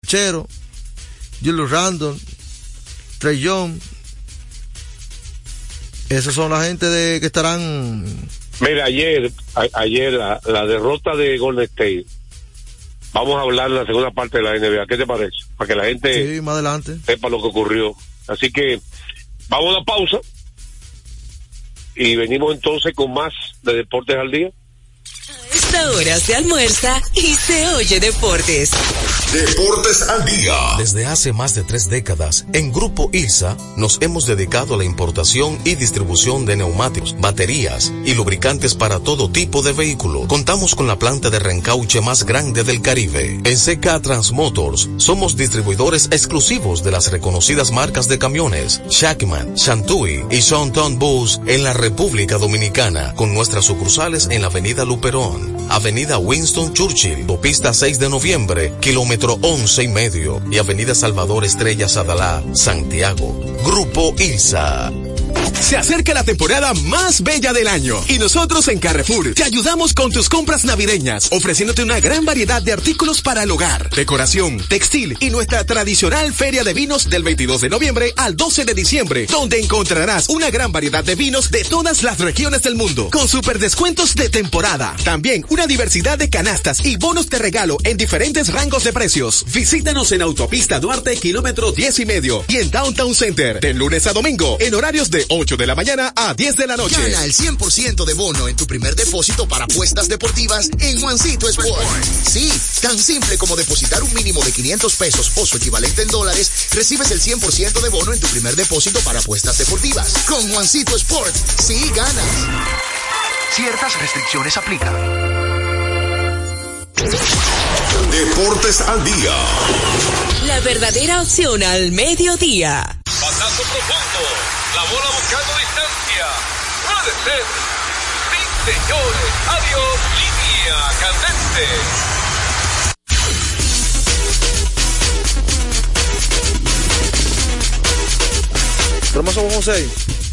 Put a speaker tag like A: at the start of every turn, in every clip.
A: Chero, Julius Randle, Trey Young. Esos son la gente que estarán.
B: Mira, ayer la derrota de Golden State. Vamos a hablar en la segunda parte de la NBA. ¿Qué te parece? Para que la gente
A: más adelante
B: sepa lo que ocurrió. Así que vamos a una pausa y venimos entonces con más de Deportes al Día.
C: A esta hora se almuerza y se oye deportes.
D: Deportes al Día.
E: Desde hace más de 3 décadas, en Grupo ILSA nos hemos dedicado a la importación y distribución de neumáticos, baterías y lubricantes para todo tipo de vehículo. Contamos con la planta de reencauche más grande del Caribe. En CK Transmotors somos distribuidores exclusivos de las reconocidas marcas de camiones Shackman, Shantui y Shonton Bus en la República Dominicana, con nuestras sucursales en la Avenida Luperón, Avenida Winston Churchill, Autopista 6 de Noviembre, kilómetro 11.5 y Avenida Salvador Estrellas Adalá, Santiago. Grupo ILSA.
F: Se acerca la temporada más bella del año y nosotros en Carrefour te ayudamos con tus compras navideñas, ofreciéndote una gran variedad de artículos para el hogar, decoración, textil y nuestra tradicional feria de vinos del 22 de noviembre al 12 de diciembre, donde encontrarás una gran variedad de vinos de todas las regiones del mundo, con super descuentos de temporada. También una diversidad de canastas y bonos de regalo en diferentes rangos de precios. Visítanos en Autopista Duarte, kilómetro 10.5 y en Downtown Center, de lunes a domingo, en horarios de 8 de la mañana a 10 de la noche.
D: Gana el 100% de bono en tu primer depósito para apuestas deportivas en Juancito Sport. Sí, tan simple como depositar un mínimo de 500 pesos o su equivalente en dólares, recibes el 100% de bono en tu primer depósito para apuestas deportivas. Con Juancito Sport, sí ganas. Ciertas restricciones aplican.
G: Deportes al Día.
C: La verdadera opción al mediodía.
H: Pasando profundo, la bola buscando distancia. Puede ser. Sí, señores. Adiós, línea candente.
A: Hermoso José.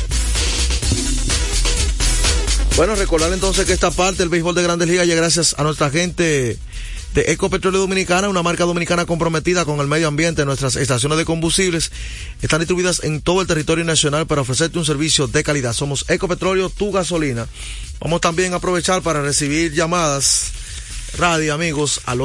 A: Bueno, recordar entonces que esta parte del béisbol de Grandes Ligas llega gracias a nuestra gente de Ecopetróleo Dominicana, una marca dominicana comprometida con el medio ambiente. Nuestras estaciones de combustibles están distribuidas en todo el territorio nacional para ofrecerte un servicio de calidad. Somos Ecopetróleo, tu gasolina. Vamos también a aprovechar para recibir llamadas radio, amigos, al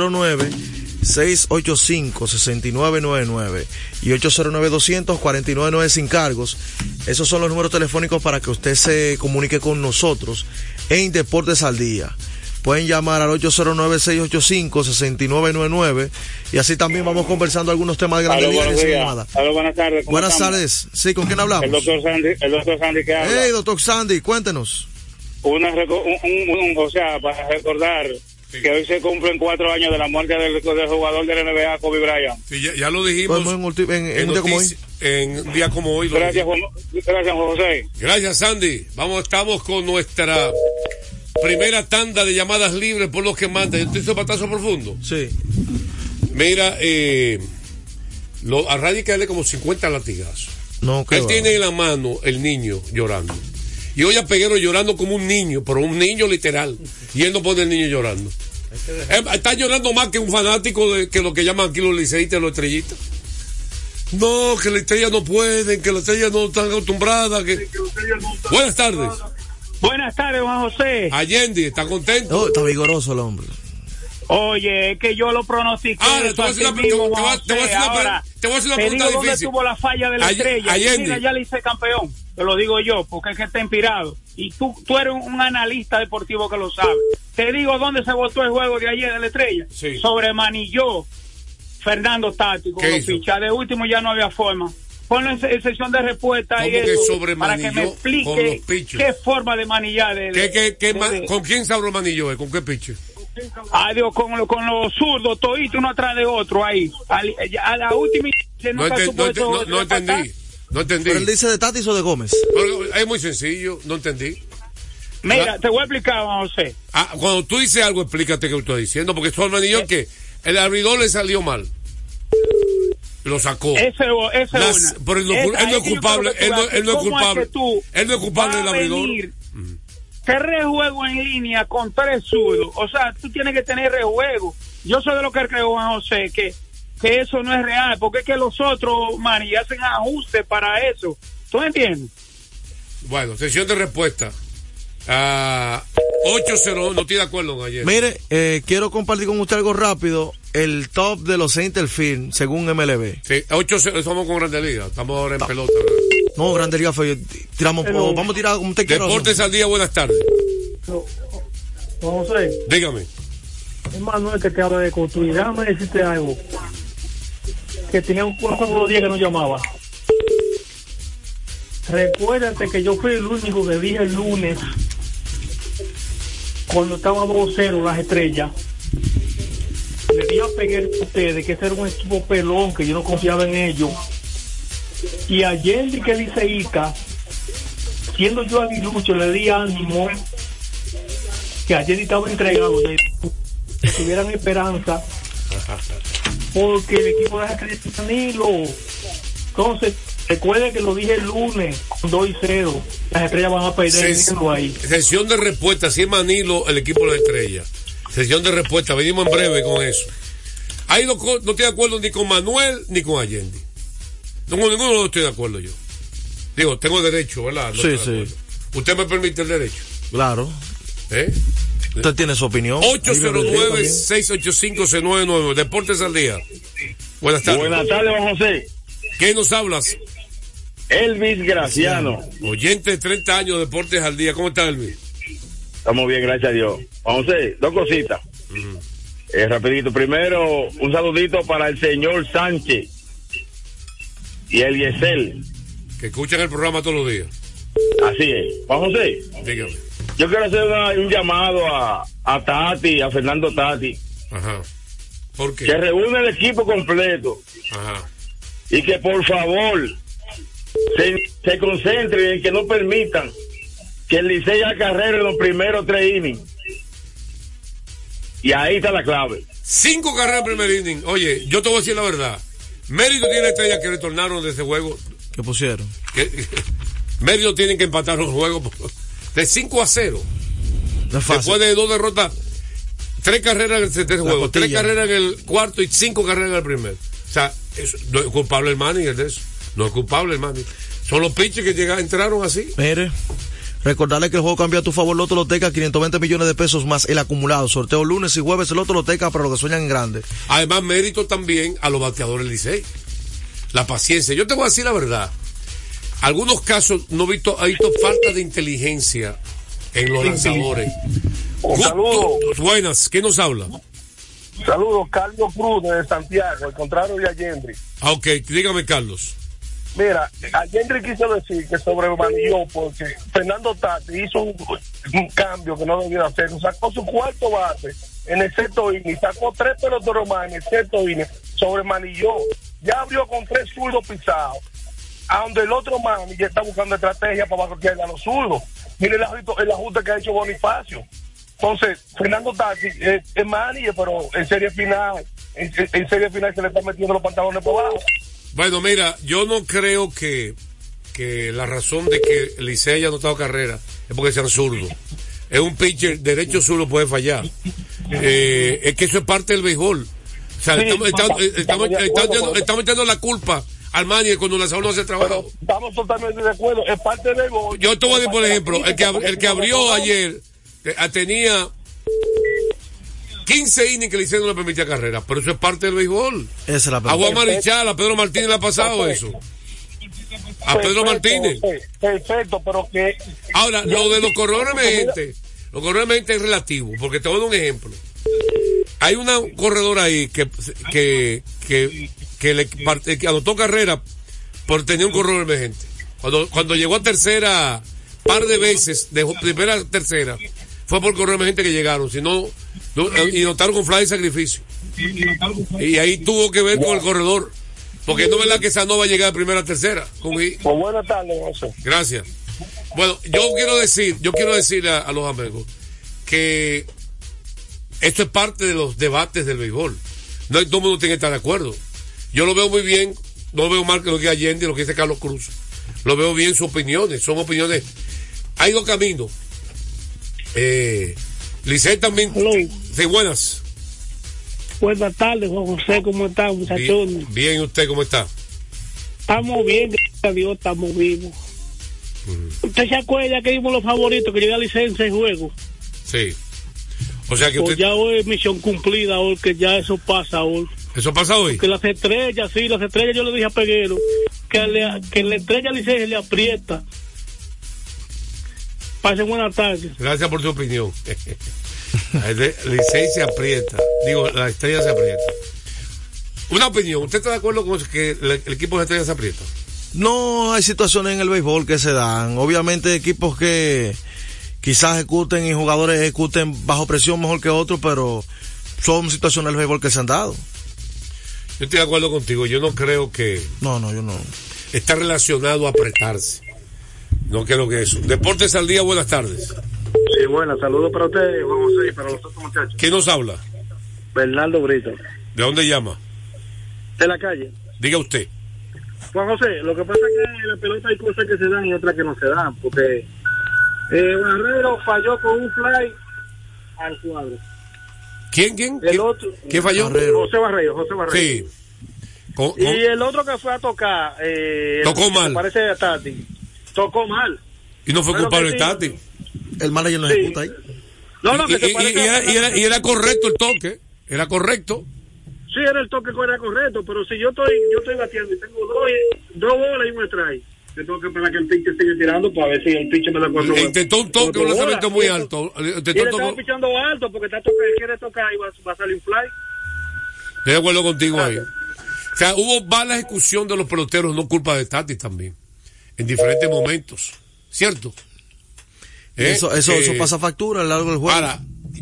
A: 809-685-6999 y 809-200-4999 sin cargos. Esos son los números telefónicos para que usted se comunique con nosotros en Deportes al Día. Pueden llamar al 809-685-6999 y así también vamos conversando algunos temas de Grandes Ligas.
I: Buenas tardes.
A: Buenas tardes. Sí, ¿con quién hablamos?
I: El doctor Sandy que habla.
A: Hey, doctor Sandy, cuéntenos.
I: O sea, para recordar que hoy se cumplen 4 años de la muerte del jugador de la NBA, Kobe Bryant.
J: Sí, ya lo dijimos.
A: En un día como hoy.
J: En un día como hoy.
I: Gracias, José.
J: Gracias, Sandy. Estamos con nuestra primera tanda de llamadas libres por los que mandan. ¿Tú hizo patazo profundo?
A: Sí.
J: Mira, a Radi hay que darle como 50 latigazos.
A: No,
J: él tiene en la mano el niño llorando. Y oye a Peguero llorando como un niño, pero un niño literal. Y él no pone el niño llorando. Está llorando más que un fanático que lo que llaman aquí los liceístas, los estrellitas. No, que las estrellas no pueden, que las estrellas no están acostumbradas. Buenas tardes.
I: Buenas tardes, Juan José.
J: Allende, ¿está contento?
A: Oh, está vigoroso el hombre.
I: Oye, es que yo lo pronostiqué.
J: Ahora, te voy a hacer una pregunta difícil.
I: ¿Dónde tuvo la falla de la estrella? Mira, ya le hice campeón. Te lo digo yo, porque es que está inspirado. Y tú eres un analista deportivo que lo sabe. Te digo dónde se votó el juego de ayer de la estrella.
J: Sí.
I: Sobre Manilló, Fernando Tati, con los fichas. De último ya no había forma. Ponlo en sesión de respuesta y eso, para que me explique qué forma de manillar.
J: ¿Con quién se abrió Manilló? ¿Con qué pitcher?
I: Adiós, con los zurdos, todito uno atrás de otro ahí. A la última.
J: No entendí.
A: ¿Pero él dice de Tatis o de Gómez?
J: Es muy sencillo, no entendí.
I: Mira, te voy a explicar, José.
J: Cuando tú dices algo, explícate qué estás diciendo, porque eso Manillón que el abridor le salió mal. Lo sacó.
I: Pero él
J: no es culpable. Él no es culpable del abridor.
I: 3 juegos en línea con 3 zurdos. O sea, tú tienes que tener rejuego. Yo soy de lo que creo, Juan José, que que eso no es real, porque es que los otros, Manny, hacen ajustes para eso. ¿Tú me entiendes?
J: Bueno, sesión de respuesta. 8-0, no estoy de acuerdo con ayer.
A: Mire, quiero compartir con usted algo rápido. El top de los Centerfield, según MLB.
J: Sí, 8-0, estamos con Grande Liga. Estamos ahora en pelota, ¿verdad?
A: No, Grande Liga fue. Tiramos, vamos a tirar como usted quiera.
J: Deportes al día, buenas tardes.
K: José.
J: Dígame.
K: Es Manuel que te habla de construir. Déjame decirte algo. Que tenía un juego de día que no llamaba. Recuérdate que yo fui el único que dije el lunes, cuando estaba 2-0 las Estrellas, le di a pegar a ustedes que ese era un equipo pelón, que yo no confiaba en ellos. Y ayer que dice Ica, siendo yo aguilucho, le di ánimo, que ayer estaba entregado, que tuvieran esperanza, porque el equipo de las Estrellas es Danilo. Entonces, recuerden que lo dije el lunes, 2-0. Las Estrellas van a perder ahí.
J: Sesión de respuesta, si es Manilo, el equipo de las Estrellas. Sesión de respuesta, venimos en breve con eso. Ahí no estoy de acuerdo ni con Manuel ni con Allende. No, con ninguno no estoy de acuerdo yo. Digo, tengo derecho, ¿verdad? No
A: sí.
J: ¿Usted me permite el derecho?
A: Claro. Usted tiene su opinión.
J: 809-685-699. Deportes al día. Buenas tardes.
L: Buenas tardes, Juan José.
J: ¿Qué nos hablas?
L: Elvis Graciano.
J: Oyente de 30 años, Deportes al día. ¿Cómo está, Elvis?
L: Estamos bien, gracias a Dios. Juan José, dos cositas. Rapidito. Primero, un saludito para el señor Sánchez y el Yesel,
J: que escuchan el programa todos los días.
L: Así es. Juan José,
J: dígame.
L: Yo quiero hacer un llamado a Tati, a Fernando Tati.
J: Ajá. ¿Por qué?
L: Que reúne el equipo completo.
J: Ajá.
L: Y que por favor se concentren en que no permitan que el Licey haga carrera en los primeros 3 innings. Y ahí está la clave.
J: 5 carreras en primer inning. Oye, yo te voy a decir la verdad. Mérito tiene Estrellas que retornaron de ese juego.
A: ¿Qué pusieron?
J: Mérito tienen que empatar los juegos de 5-0.
A: No es fácil.
J: Después de 2 derrotas, 3 carreras en el tercer juego, 3 carreras en el cuarto y 5 carreras en el primer. O sea, no es culpable el manager de eso. No es culpable el manager. Son los pitchers que entraron así.
A: Mire, recordarle que el juego cambia a tu favor. Loto Loteca, 520 millones de pesos más el acumulado. Sorteo lunes y jueves, el Loto Loteca para los que sueñan en grande.
J: Además, mérito también a los bateadores del Licey. La paciencia. Yo te voy a decir la verdad. Algunos casos no he visto falta de inteligencia en los lanzadores.
M: Saludos.
J: Buenas, ¿quién nos habla?
M: Saludos, Carlos Cruz de Santiago, el contrario de Allende.
J: Ok, dígame, Carlos.
M: Mira, Allende quiso decir que sobremanilló porque Fernando Tati hizo un cambio que no debía hacer. Sacó su cuarto bate en el sexto inning, sacó 3 peloteros más en el sexto inning, sobremanilló. Ya abrió con 3 zurdos pisados, a donde el otro mani ya está buscando estrategia para bajar a los zurdos. Mire el ajuste que ha hecho Bonifacio. Entonces, Fernando Tati es manager, pero en serie final se le están metiendo los pantalones por abajo.
J: Bueno, mira, yo no creo que la razón de que el Licey haya anotado carrera es porque sean zurdos. Es un pitcher, derecho zurdo puede fallar. Es que eso es parte del béisbol. O sea, sí, estamos echando la culpa al manager cuando el lanzador no hace trabajo.
M: Pero estamos totalmente de acuerdo, es parte del béisbol.
J: Yo te voy a decir, por ejemplo, el que abrió ayer tenía 15 innings que le hicieron no le permitía carrera, pero eso es parte del béisbol.
A: Esa es la
J: a Juan Marichal, a Pedro Martínez le ha pasado eso. A Pedro Martínez.
M: Perfecto, pero que...
J: Ahora, lo de los corredores emergentes es relativo, porque te voy a dar un ejemplo. Hay una corredora ahí que anotó carrera por tener un corredor emergente. Cuando llegó a tercera, par de veces, de primera a tercera, fue por corredor emergente que llegaron, y notaron con fly de sacrificio. Y ahí tuvo que ver con el corredor, porque no es verdad que Sanó va a llegar de primera a tercera.
M: Pues buenas tardes, José.
J: Gracias. Bueno, yo quiero decir a los amigos que esto es parte de los debates del béisbol. No todo el mundo tiene que estar de acuerdo. Yo lo veo muy bien, no veo mal que lo que Allende y lo que dice Carlos Cruz. Lo veo bien sus opiniones, son opiniones. Hay 2 caminos. Licey también. Sí, buenas.
K: Buenas tardes, Juan José, ¿cómo está, muchachos?
J: Bien, ¿usted cómo está?
K: Estamos bien, gracias a Dios, estamos vivos. ¿Usted se acuerda que dimos los favoritos, que llega licencia y juego?
J: Sí. O sea que
K: pues
J: usted...
K: ya hoy es misión cumplida, hoy, que ya eso pasa hoy.
J: ¿Eso pasa hoy?
K: Que las estrellas, yo le dije a Peguero, que la estrella licencia le aprieta. Pasen buenas tardes.
J: Gracias por tu opinión. La licencia aprieta. Digo, la estrella se aprieta. Una opinión, ¿usted está de acuerdo con que el equipo de estrella se aprieta?
A: No, hay situaciones en el béisbol que se dan. Obviamente equipos que quizás ejecuten y jugadores ejecuten bajo presión mejor que otros, pero son situaciones del béisbol que se han dado.
J: Yo estoy de acuerdo contigo, yo no creo que...
A: No, yo no.
J: Está relacionado a apretarse. No creo que eso. Deportes al Día, buenas tardes.
N: Sí, buenas, saludos para ustedes, Juan José, y para los otros muchachos.
J: ¿Quién nos habla?
N: Bernardo Brito.
J: ¿De dónde llama?
N: De la calle.
J: Diga usted.
N: Juan José, lo que pasa es que en la pelota hay cosas que se dan y otras que no se dan, porque Barrero falló con un fly al cuadro.
J: ¿Quién falló?
N: José Barrero.
J: Sí.
N: Y el otro que fue a tocar,
J: tocó mal.
N: Me parece a Tati. Tocó mal.
J: Y no fue culpable de Tati.
A: El manager no ejecuta ahí.
N: No, que se
J: parece y era correcto el toque. Era correcto.
N: Sí, era el toque que era correcto, pero si yo estoy bateando y tengo dos bolas y un strike, yo tengo que esperar que el pitcher siga tirando para ver si el pitcher me da cuatro bolas.
J: Intentó un toque, un lanzamiento muy alto.
N: Y él estaba pichando alto porque él quiere tocar y va a salir un fly.
J: Estoy de acuerdo contigo ahí. O sea, hubo mala ejecución de los peloteros, no culpa de Tati también. En diferentes momentos. ¿Cierto?
A: Eso pasa factura a lo largo del juego.
J: Ahora,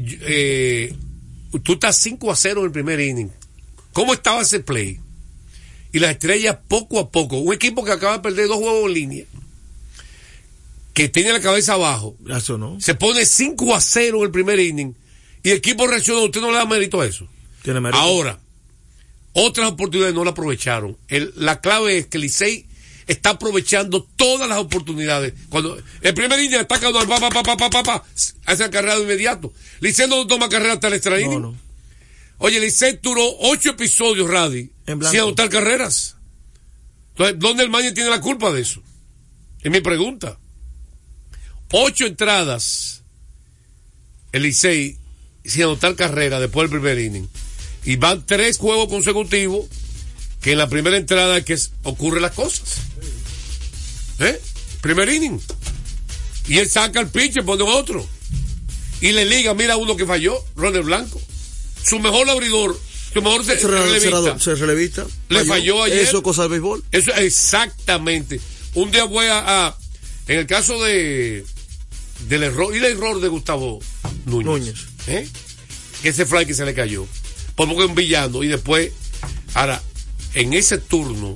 J: tú estás 5-0 en el primer inning. ¿Cómo estaba ese play? Y las estrellas poco a poco, un equipo que acaba de perder 2 juegos en línea, que tiene la cabeza abajo,
A: eso no.
J: Se pone 5-0 en el primer inning y el equipo reaccionó. ¿Usted no le da mérito a eso?
A: Tiene mérito.
J: Ahora, otras oportunidades no la aprovecharon. La clave es que Licey está aprovechando todas las oportunidades. Cuando el primer inning ataca hace la carrera de inmediato. Licey no toma carrera hasta el extra inning.
A: No.
J: Oye, Licey duró 8 episodios, Radi, sin anotar carreras. Entonces, ¿dónde el manager tiene la culpa de eso? Es mi pregunta. 8 entradas el Licey sin anotar carrera después del primer inning. Y van 3 juegos consecutivos que en la primera entrada es que ocurren las cosas. Primer inning. Y él saca al pitcher, pone otro. Y le liga, mira uno que falló, Ronald Blanco. Su mejor abridor, su mejor
A: relevista.
J: Le falló ayer.
A: Eso es cosa del béisbol.
J: Eso, exactamente. Un día voy en el caso del error, y el error de Gustavo Núñez. Ese fly que se le cayó. Por poco un villano. Y después, ahora, en ese turno,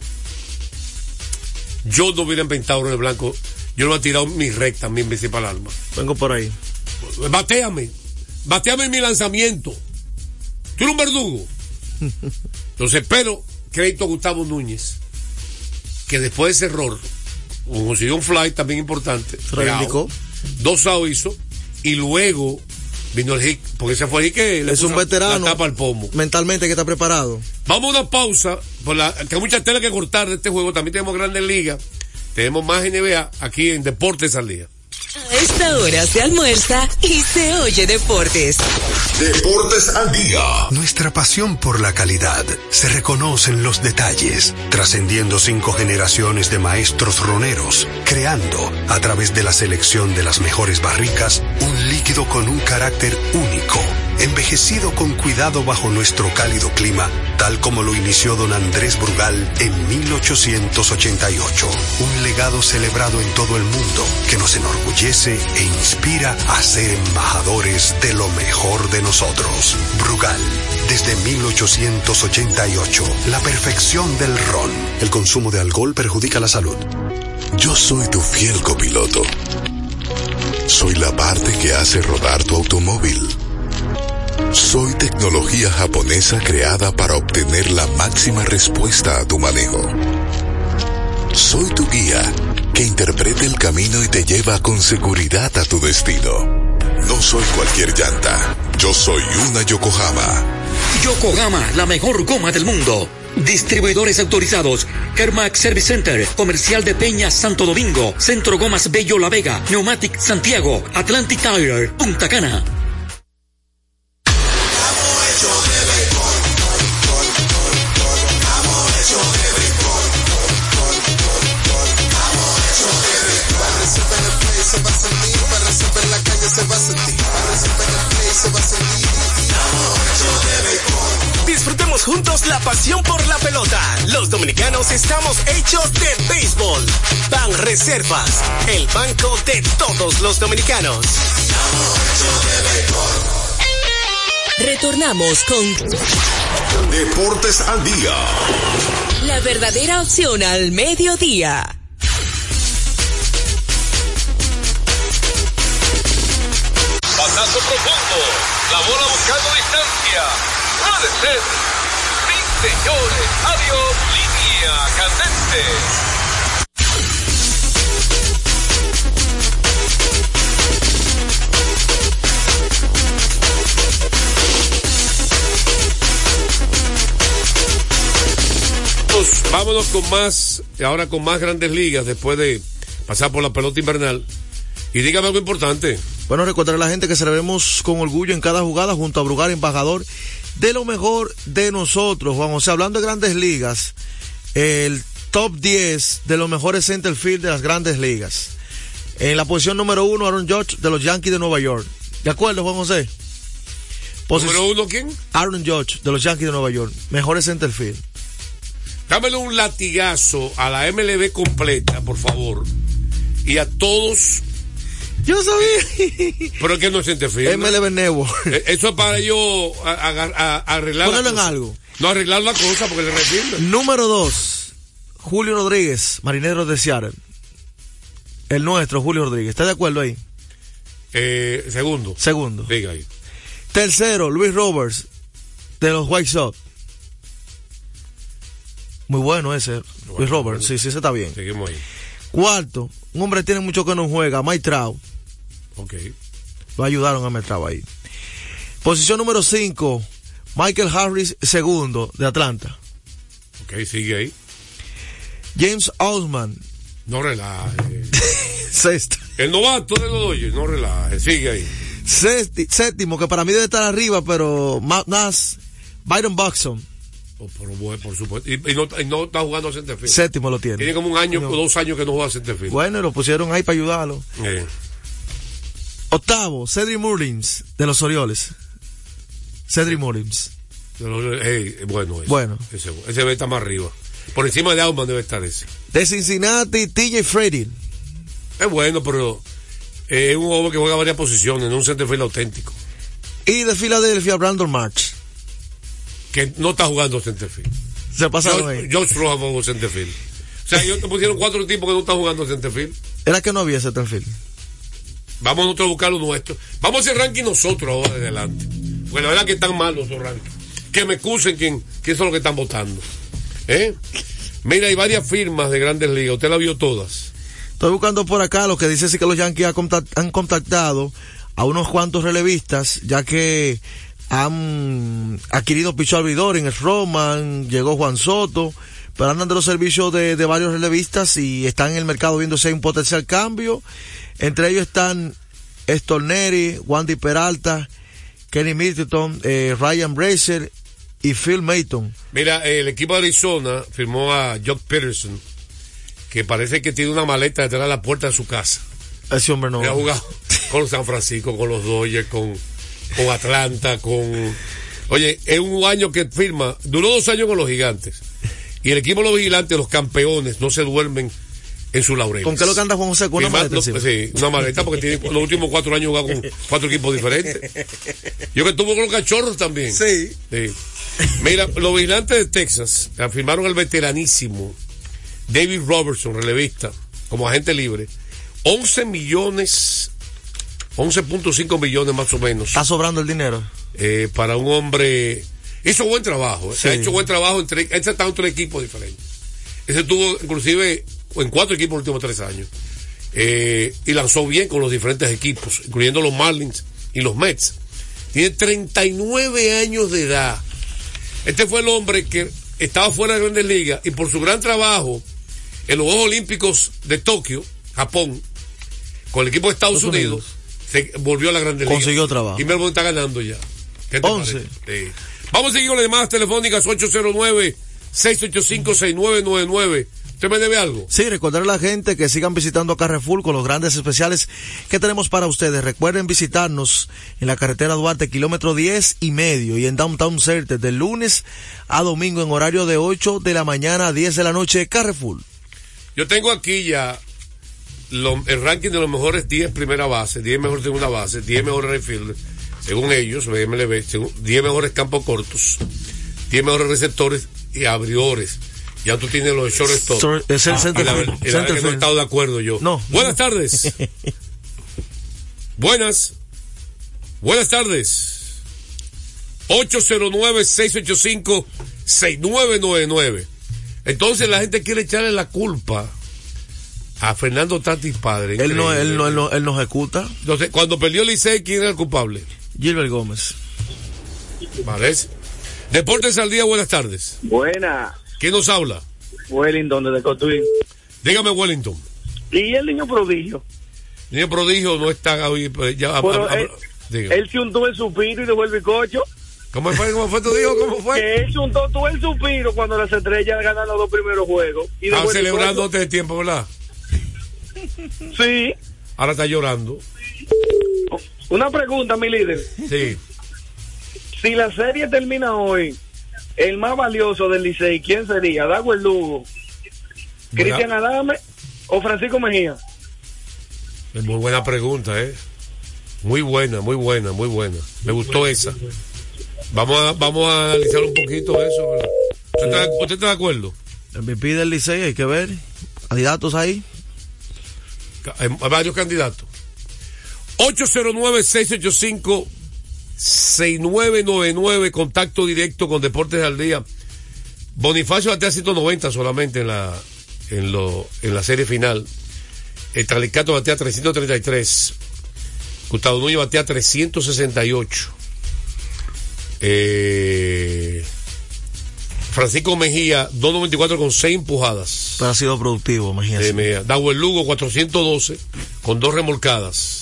J: yo no hubiera inventado Ronald Blanco. Yo lo hubiera tirado mi recta, mi imbécil para el alma.
A: Vengo por ahí.
J: Batéame en mi lanzamiento. Tú eres un verdugo. Entonces, pero crédito a Gustavo Núñez, que después de ese error consiguió un fly también importante.
A: Reivindicó.
J: 2 outs hizo y luego vino el hit, porque ese fue el hit que le
A: puso un veterano,
J: la tapa al pomo.
A: Mentalmente que está preparado.
J: Vamos a una pausa, que hay mucha tela que cortar de este juego. También tenemos Grandes Ligas, tenemos más NBA aquí en Deportes al Día.
C: A esta hora se almuerza y se oye Deportes.
G: Deportes al Día.
O: Nuestra pasión por la calidad se reconoce en los detalles, trascendiendo 5 generaciones de maestros roneros, creando, a través de la selección de las mejores barricas, un líquido con un carácter único, envejecido con cuidado bajo nuestro cálido clima, tal como lo inició don Andrés Brugal en 1888. Un legado celebrado en todo el mundo que nos enorgullece e inspira a ser embajadores de lo mejor de nosotros. Brugal, desde 1888, la perfección del ron. El consumo de alcohol perjudica la salud.
P: Yo soy tu fiel copiloto. Soy la parte que hace rodar tu automóvil. Soy tecnología japonesa creada para obtener la máxima respuesta a tu manejo. Soy tu guía que interpreta el camino y te lleva con seguridad a tu destino. No soy cualquier llanta, yo soy una Yokohama.
Q: Yokohama, la mejor goma del mundo. Distribuidores autorizados: Kermax Service Center, Comercial de Peña Santo Domingo, Centro Gomas Bello La Vega, Pneumatic Santiago, Atlantic Tire, Punta Cana.
F: Disfrutemos juntos la pasión por la pelota. Los dominicanos estamos hechos de béisbol. Banreservas, el banco de todos los dominicanos.
C: Retornamos con
G: Deportes al Día.
C: La verdadera opción al mediodía.
H: Batazo profundo. La bola buscando distancia. Puede ser. Sí, señores. Adiós. Línea candente.
J: Vámonos con más, ahora con más Grandes Ligas, después de pasar por la pelota invernal. Y dígame algo importante.
A: Bueno, recordarle a la gente que celebremos con orgullo en cada jugada junto a Brugal, embajador de lo mejor de nosotros. Juan José, hablando de Grandes Ligas, el top 10 de los mejores center field de las Grandes Ligas. En la posición número 1, Aaron Judge de los Yankees de Nueva York. ¿De acuerdo, Juan José?
J: ¿Número 1 quién?
A: Aaron Judge de los Yankees de Nueva York. Mejores center field.
J: Dámele un latigazo a la MLB completa, por favor. Y a todos.
A: Yo sabía.
J: Pero es que no es centerfield.
A: MLB Nebo.
J: Eso es para yo arreglar.
A: Ponerlo en algo.
J: No, arreglar la cosa porque le refiero.
A: Número 2, Julio Rodríguez, Marineros de Seattle. El nuestro, Julio Rodríguez. ¿Está de acuerdo ahí?
J: Segundo. Diga ahí.
A: Tercero, Luis Roberts, de los White Sox. Muy bueno ese, Luis Roberts. Sí, ese está bien.
J: Seguimos ahí.
A: Cuarto, un hombre que tiene mucho que no juega, Mike Trout.
J: Ok.
A: Lo ayudaron a Mike Trout ahí. Posición número 5, Michael Harris, segundo, de Atlanta.
J: Ok, sigue ahí.
A: James Osman.
J: No relaje.
A: Sexto.
J: El novato de los Dodgers, no relaje, sigue ahí.
A: Séptimo, que para mí debe estar arriba, pero más, Byron Buxton.
J: Por supuesto. Y no está jugando a centerfield.
A: Séptimo lo tiene.
J: Tiene como un año o 2 años que no juega a centerfield.
A: Bueno, lo pusieron ahí para ayudarlo. Octavo, Cedric Mullins, de los Orioles. Cedric Mullins.
J: Bueno. Ese debe estar más arriba. Por encima de Auman debe estar ese.
A: De Cincinnati, TJ Freddy.
J: Es bueno, pero es un joven que juega varias posiciones, no un centerfield auténtico.
A: Y de Filadelfia, Brandon March.
J: Que no está jugando centerfield.
A: Se pasaron ahí.
J: George Rojas jugó centerfield. O sea, ellos te pusieron 4 tipos que no están jugando centerfield.
A: Era que no había centerfield.
J: Vamos nosotros a buscar lo nuestro. Vamos a hacer ranking nosotros ahora de adelante. Porque la verdad que están malos esos rankings. Que me excusen quién son los que están votando. Mira, hay varias firmas de Grandes Ligas. ¿Usted la vio todas?
A: Estoy buscando por acá lo que dice sí que los Yankees han contactado a unos cuantos relevistas, ya que han adquirido pichó abridor en el Roman, llegó Juan Soto, pero andan de los servicios de varios relevistas y están en el mercado viendo si hay un potencial cambio. Entre ellos están Storneri, Wandy Peralta, Kenny Middleton, Ryan Brazier y Phil Maton. Mira,
J: el equipo de Arizona firmó a Jock Peterson, que parece que tiene una maleta detrás de la puerta de su casa.
A: Ese hombre no.
J: Ha jugado con San Francisco, con los Dodgers, con Atlanta, Oye, es un año que firma, duró 2 años con los Gigantes. Y el equipo de los Vigilantes, los campeones, no se duermen en sus laureles.
A: ¿Con qué es lo que anda Juan José? ¿Con una maleta?
J: Sí, una maleta, porque tiene los últimos 4 años jugado con 4 equipos diferentes. Yo que estuve con los Cachorros también.
A: Sí.
J: Mira, los Vigilantes de Texas firmaron al veteranísimo David Robertson, relevista, como agente libre. 11.5 millones más o menos.
A: Está sobrando el dinero.
J: Para un hombre. Hizo buen trabajo. Sí. Se ha hecho buen trabajo. Este está en 3 equipos diferentes. Ese estuvo inclusive en 4 equipos en los últimos 3 años. Y lanzó bien con los diferentes equipos, incluyendo los Marlins y los Mets. Tiene 39 años de edad. Este fue el hombre que estaba fuera de Grandes Ligas y por su gran trabajo en los Juegos Olímpicos de Tokio, Japón, con el equipo de Estados Unidos, se volvió a la Grandes Ligas.
A: Consiguió trabajo.
J: Y Melvin está ganando ya. ¿Qué te
A: 11.
J: parece? Sí. Vamos a seguir con las llamadas telefónicas 809-685-6999. ¿Usted me debe algo?
A: Sí, recordarle a la gente que sigan visitando Carrefour con los grandes especiales que tenemos para ustedes. Recuerden visitarnos en la carretera Duarte, kilómetro 10.5 y en Downtown Center de lunes a domingo en horario de 8 de la mañana a 10 de la noche. Carrefour.
J: Yo tengo aquí ya el ranking de los mejores 10 primera base, 10 mejores segunda base, 10 mejores refielders, según ellos, MLB, 10 mejores campos cortos, 10 mejores receptores y abridores. Ya tú tienes los shortstop.
A: Es el center
J: field. Y la verdad que no he estado de acuerdo yo.
A: No.
J: Buenas tardes. Buenas tardes. 809-685-6999. Entonces la gente quiere echarle la culpa a Fernando Tatis padre.
A: Él no ejecuta.
J: Entonces, cuando perdió el Licey, ¿quién era el culpable?
A: Gilbert Gómez.
J: Parece. Deportes al día, buenas tardes.
N: Buena.
J: ¿Quién nos habla?
N: Wellington desde Cotuín.
J: Dígame, Wellington.
N: ¿Y el niño prodigio?
J: El niño prodigio no está hoy. Ya,
N: él se untó el suspiro y dejó el bizcocho.
J: ¿Cómo fue tu dijo? ¿Cómo fue?
N: Que él se untó todo el suspiro cuando las estrellas ganan los 2 primeros juegos.
J: Estaba celebrando antes de tiempo, ¿verdad?
N: Sí.
J: Ahora está llorando.
N: Una pregunta, mi líder.
J: Sí.
N: Si la serie termina hoy, el más valioso del Licey, ¿quién sería? ¿Dago Lugo, Cristian Adame o Francisco Mejía?
J: Es muy buena pregunta, Muy buena. Me gustó esa. Vamos a analizar un poquito eso, ¿verdad? ¿Usted está de acuerdo?
A: El MVP del Licey, hay que ver. ¿Candidatos ahí?
J: Hay varios candidatos. 809-685-6999, contacto directo con Deportes al Día. Bonifacio batea 190 solamente en la serie final. El Talicato batea 333. Gustavo Núñez batea 368. Francisco Mejía 294 con 6 empujadas.
A: Pero ha sido productivo, Mejía.
J: Dauer Lugo 412 con 2 remolcadas.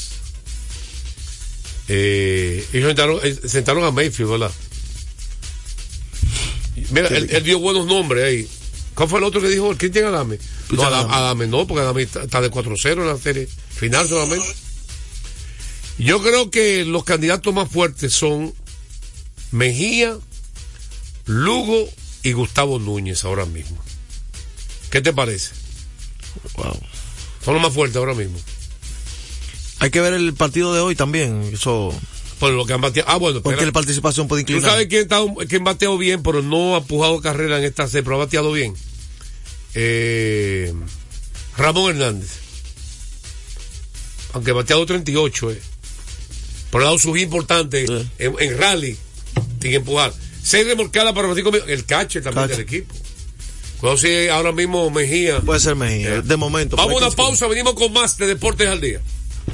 J: Ellos sentaron a Mayfield, ¿verdad? Mira, él dio buenos nombres ahí. ¿Cuál fue el otro que dijo? ¿El Cristian Adame? No, Adame no, porque Adame está de 4-0 en la serie final solamente. Yo creo que los candidatos más fuertes son Mejía, Lugo y Gustavo Núñez ahora mismo. ¿Qué te parece?
A: Wow.
J: Son los más fuertes ahora mismo.
A: Hay que ver el partido de hoy también. Eso.
J: Por lo que han bateado. Bueno,
A: porque la participación puede inclinar.
J: ¿Tú sabes quién bateó bien, pero no ha empujado carrera en esta serie, pero ha bateado bien? Ramón Hernández. Aunque ha bateado 38, por el lado su importante en rally, sin empujar. 6 remolcadas para Francisco, el catcher también del equipo. Cuando sí, ahora mismo Mejía.
A: Puede ser Mejía, de momento.
J: Vamos a una pausa, venimos con más de Deportes al Día.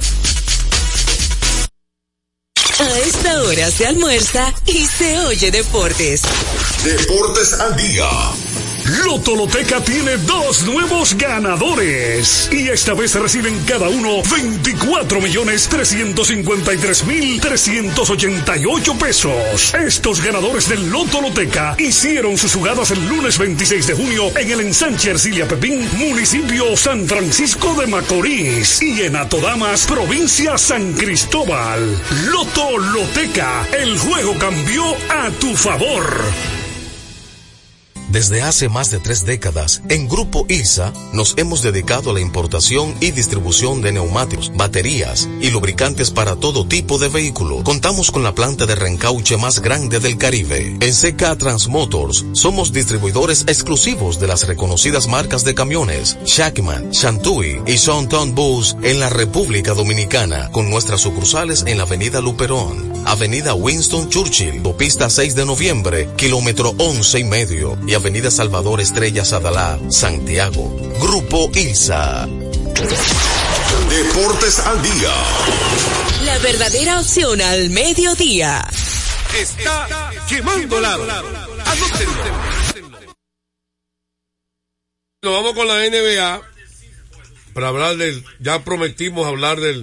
C: A esta hora se almuerza y se oye Deportes.
G: Deportes al Día.
R: Loto Loteca tiene 2 nuevos ganadores y esta vez reciben cada uno 24.353.388 pesos. Estos ganadores del Loto Loteca hicieron sus jugadas el lunes 26 de junio en el ensanche Ercilia Pepín, municipio San Francisco de Macorís, y en Atodamas, provincia San Cristóbal. Loto Loteca, el juego cambió a tu favor.
E: Desde hace más de 3 décadas, en Grupo ILSA nos hemos dedicado a la importación y distribución de neumáticos, baterías y lubricantes para todo tipo de vehículo. Contamos con la planta de reencauche más grande del Caribe. En CK Transmotors somos distribuidores exclusivos de las reconocidas marcas de camiones Shackman, Shantui y Sonton Bus en la República Dominicana, con nuestras sucursales en la Avenida Luperón, Avenida Winston Churchill, Autopista 6 de Noviembre, kilómetro 11.5 y Avenida Salvador Estrellas Adalá, Santiago. Grupo ILSA.
G: Deportes al Día.
C: La verdadera opción al mediodía.
J: está quemando el aro. Anótenlo. Nos vamos con la NBA para hablar ya prometimos hablar del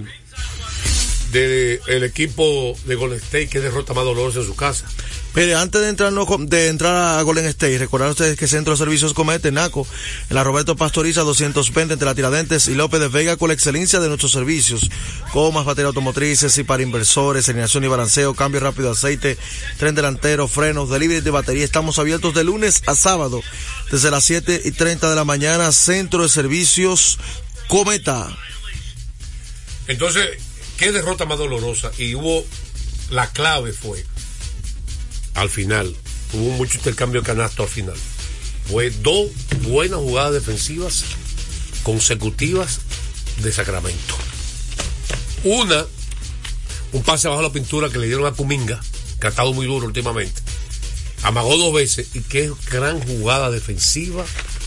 J: equipo de Golden State que derrota más dolorosa en su casa.
A: Mire, antes de entrar a Golden State, recordar ustedes que Centro de Servicios Comete, Naco, en la Roberto Pastoriza 220 entre la Tiradentes y López de Vega, con la excelencia de nuestros servicios, comas, baterías automotrices y para inversores, alineación y balanceo, cambio rápido de aceite, tren delantero, frenos, delivery de batería. Estamos abiertos de lunes a sábado, desde las 7:30 de la mañana, Centro de Servicios Cometa.
J: Entonces, ¿qué derrota más dolorosa? Y la clave fue al final, hubo mucho intercambio de canasto al final. Fue 2 buenas jugadas defensivas consecutivas de Sacramento. Un pase abajo la pintura que le dieron a Kuminga, que ha estado muy duro últimamente. Amagó 2 veces, y qué gran jugada defensiva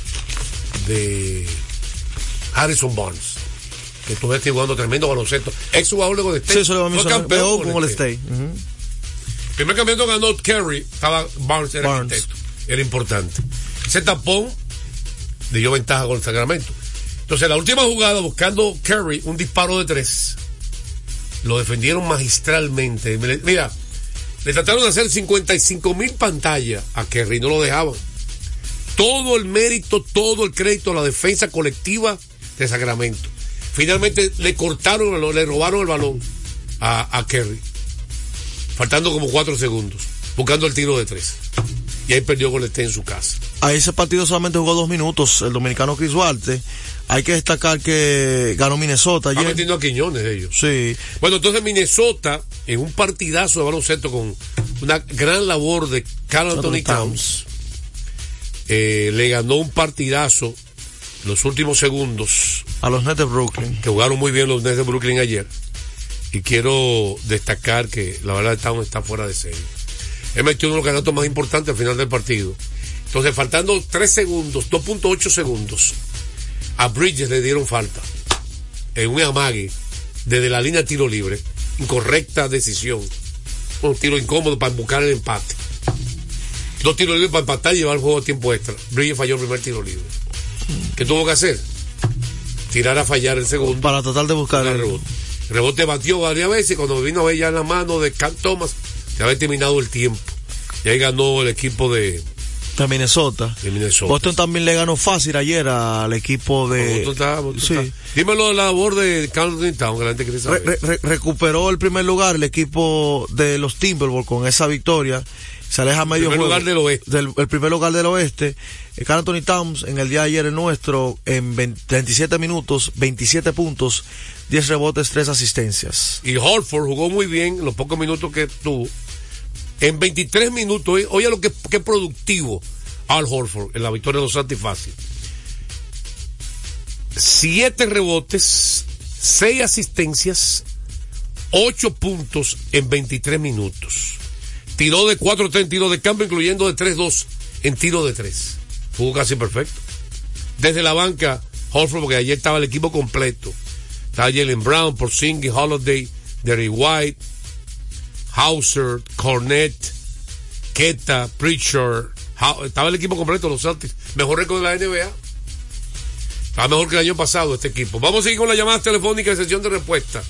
J: de Harrison Barnes, que todavía está jugando tremendo baloncesto. Ex jugador de Golden State.
A: Sí, eso le va a mencionar. Campeón con Golden State.
J: Primer campeonato ganó Curry, estaba Barnes, era arquitecto, era importante. Ese tapón le dio ventaja con el Sacramento. Entonces, la última jugada, buscando Curry, un disparo de 3, lo defendieron magistralmente. Mira, le trataron de hacer 55,000 pantallas a Curry, no lo dejaban. Todo el mérito, todo el crédito a la defensa colectiva de Sacramento. Finalmente le robaron el balón a Curry, faltando como 4 segundos, buscando el tiro de 3. Y ahí perdió Golden State en su casa.
A: A ese partido solamente jugó 2 minutos el dominicano Chris Duarte. Hay que destacar que ganó Minnesota ayer.
J: Está metiendo a Quiñones ellos.
A: Sí.
J: Bueno, entonces Minnesota, en un partidazo de baloncesto con una gran labor de Karl Anthony Towns, le ganó un partidazo los últimos segundos
A: a los Nets de Brooklyn,
J: que jugaron muy bien los Nets de Brooklyn ayer. Y quiero destacar que la verdad Towns está fuera de serie. Él metió uno de los canastos más importantes al final del partido. Entonces, faltando 3 segundos, 2.8 segundos, a Bridges le dieron falta en un amague desde la línea de tiro libre. Incorrecta decisión. Un tiro incómodo para buscar el empate. 2 tiros libres para empatar y llevar el juego a tiempo extra. Bridges falló el primer tiro libre. ¿Qué tuvo que hacer? Tirar a fallar el segundo
A: para tratar de buscar el
J: rebote. El rebote batió varias veces y cuando vino a ver ya en la mano de Cam Thomas, se había terminado el tiempo. Y ahí ganó el equipo de
A: Minnesota. Boston también le ganó fácil ayer al equipo de...
J: Boston está. Dímelo de la labor de Karl Anthony Towns, que la gente quiere saber.
A: Recuperó el primer lugar el equipo de los Timberwolves con esa victoria. Se aleja medio juego. El primer lugar del oeste. Karl Anthony Towns en el día de ayer, el nuestro, en 27 minutos, 27 puntos, 10 rebotes, 3 asistencias.
J: Y Horford jugó muy bien en los pocos minutos que tuvo. En 23 minutos, oye lo que productivo Al Horford en la victoria de los Santos fácil. 7 rebotes, 6 asistencias, 8 puntos en 23 minutos. Tiró de 4-3 en tiro de campo, incluyendo de 3-2 en tiro de 3. Jugó casi perfecto. Desde la banca, Horford, porque ayer estaba el equipo completo. Estaba Jaylen Brown, Porzingis, Holiday, Derrick White, Hauser, Cornett, Queta, Pritchard. Estaba el equipo completo, los Celtics. Mejor récord de la NBA. Estaba mejor que el año pasado este equipo. Vamos a seguir con las llamadas telefónicas de sesión de respuesta.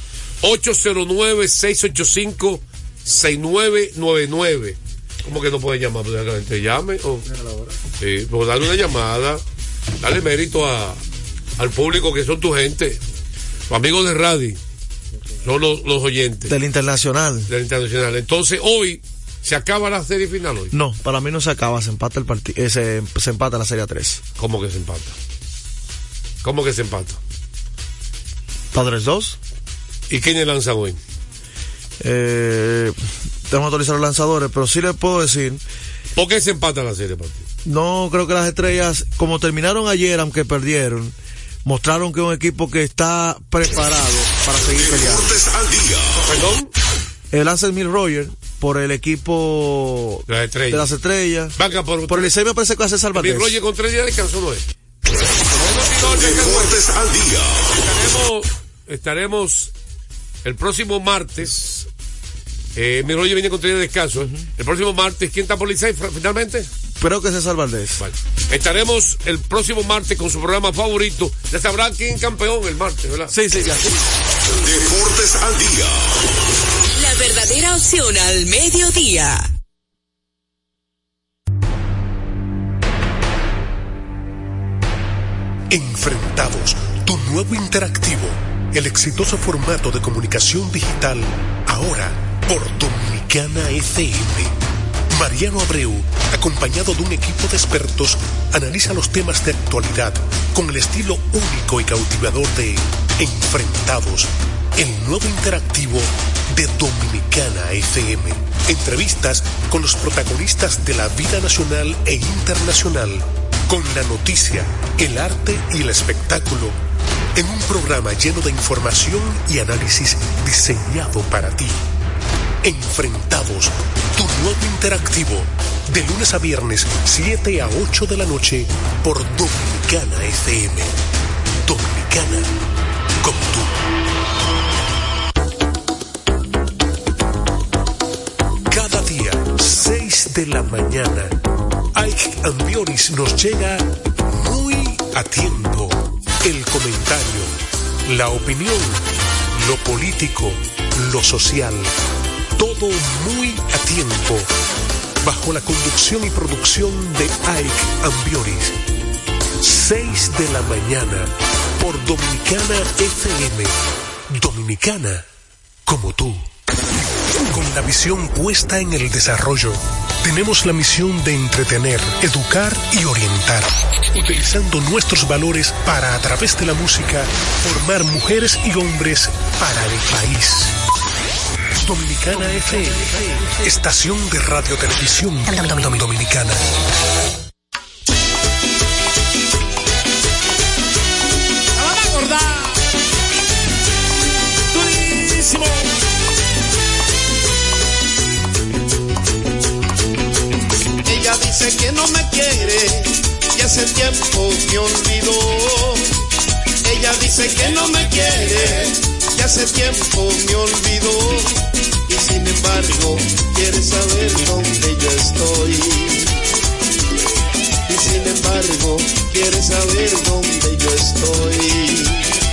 J: 809-685-6999. ¿Cómo que no puede llamar? Pues que la gente llame. Sí, pues dale una llamada. Dale mérito al público que son tu gente. Los amigos de radio. Son los oyentes.
A: Del Internacional.
J: Entonces, hoy, ¿se acaba la serie final hoy?
A: No, para mí no se acaba. Se empata el partido. Se empata la serie a 3.
J: ¿Cómo que se empata? ¿Cómo que se empata?
A: Padres 2.
J: ¿Y quiénes lanzan hoy?
A: Tenemos que actualizar los lanzadores, pero sí les puedo decir.
J: ¿Por qué se empata la serie, partido?
A: No, creo que las Estrellas, como terminaron ayer, aunque perdieron, mostraron que es un equipo que está preparado para seguir peleando.
J: ¿Perdón?
A: El Ansel Mill Roger por el equipo de las Estrellas. Por el Licey me parece que hace Salvatez.
J: Mill Roger con 3 días de descanso no es.
G: Deportes al día.
J: Estaremos el próximo martes Mi rollo viene con 3 días de descanso. El próximo martes, ¿quién está por Licey finalmente?
A: Creo que César Valdés.
J: Vale. Estaremos el próximo martes con su programa favorito. Ya sabrán quién campeón el martes, ¿verdad?
A: Sí, ya.
G: Deportes al día.
C: La verdadera opción al mediodía.
O: Enfrentados, tu nuevo interactivo, el exitoso formato de comunicación digital, ahora por Dominicana FM. Mariano Abreu, acompañado de un equipo de expertos, analiza los temas de actualidad con el estilo único y cautivador de Enfrentados, el nuevo interactivo de Dominicana FM. Entrevistas con los protagonistas de la vida nacional e internacional, con la noticia, el arte y el espectáculo, en un programa lleno de información y análisis diseñado para ti. Enfrentados, tu nuevo interactivo, de lunes a viernes, 7 a 8 de la noche, por Dominicana FM. Dominicana, como tú. Cada día, 6 de la mañana, Ike Ambioris nos llega muy a tiempo. El comentario, la opinión, lo político, lo social, todo muy a tiempo, bajo la conducción y producción de Ike Ambioris. 6 de la mañana, por Dominicana FM. Dominicana, como tú. Con la visión puesta en el desarrollo, tenemos la misión de entretener, educar y orientar, utilizando nuestros valores para, a través de la música, formar mujeres y hombres para el país. Dominicana FM, estación de radio televisión dominicana.
S: La van a acordar. Durísimo. Ella dice que no me quiere y hace tiempo me olvidó. Ella dice que no me quiere y hace tiempo me olvidó. Y sin embargo quiere saber dónde yo estoy. Y sin embargo quiere saber dónde yo estoy.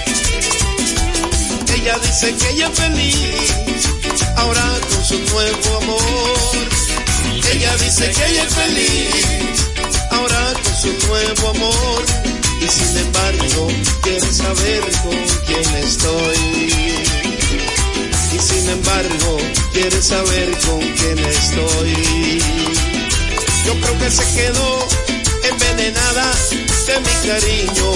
S: Ella dice que ella es feliz ahora con su nuevo amor. Ella dice que ella es feliz ahora con su nuevo amor. Y sin embargo quiere saber con quién estoy. Y sin embargo quiere saber con quién estoy. Yo creo que se quedó envenenada de mi cariño,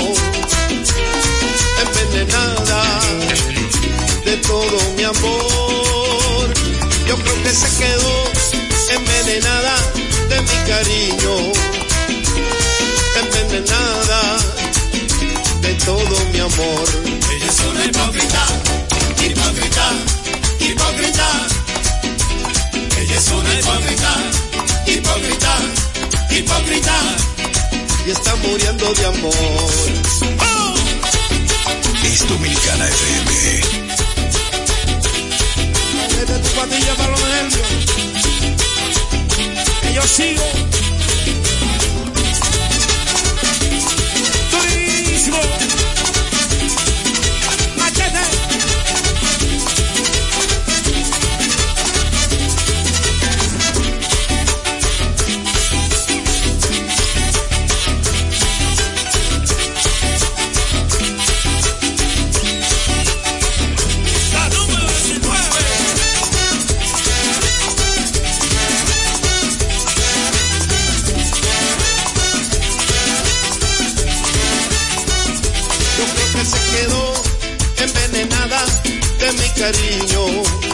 S: envenenada de todo mi amor. Yo creo que se quedó envenenada de mi cariño, envenenada de todo mi amor. Ella es una hipócrita, hipócrita, hipócrita. Ella es una hipócrita, hipócrita, hipócrita. Y está muriendo de amor. ¡Oh!
O: Es Dominicana FM.
S: Vete tu patilla para los nervios. Que yo sigo. Durísimo. Machete. Cariño,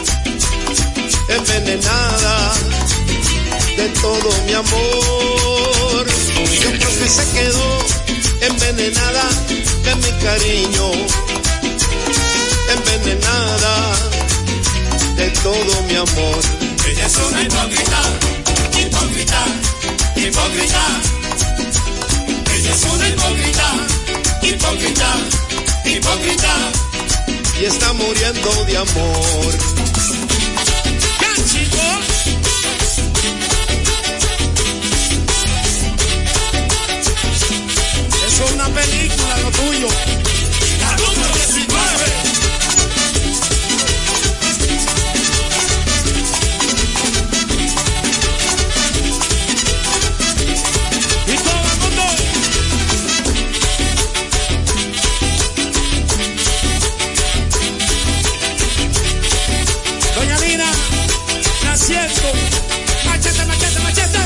S: envenenada de todo mi amor. Yo creo que se quedó envenenada de mi cariño, envenenada de todo mi amor. Ella es una hipócrita, hipócrita, hipócrita. Ella es una hipócrita, hipócrita, hipócrita. Y está muriendo de amor.
T: película, lo tuyo. La número 19. Y todo el mundo. Doña Lina, naciendo. Machete, machete, machete.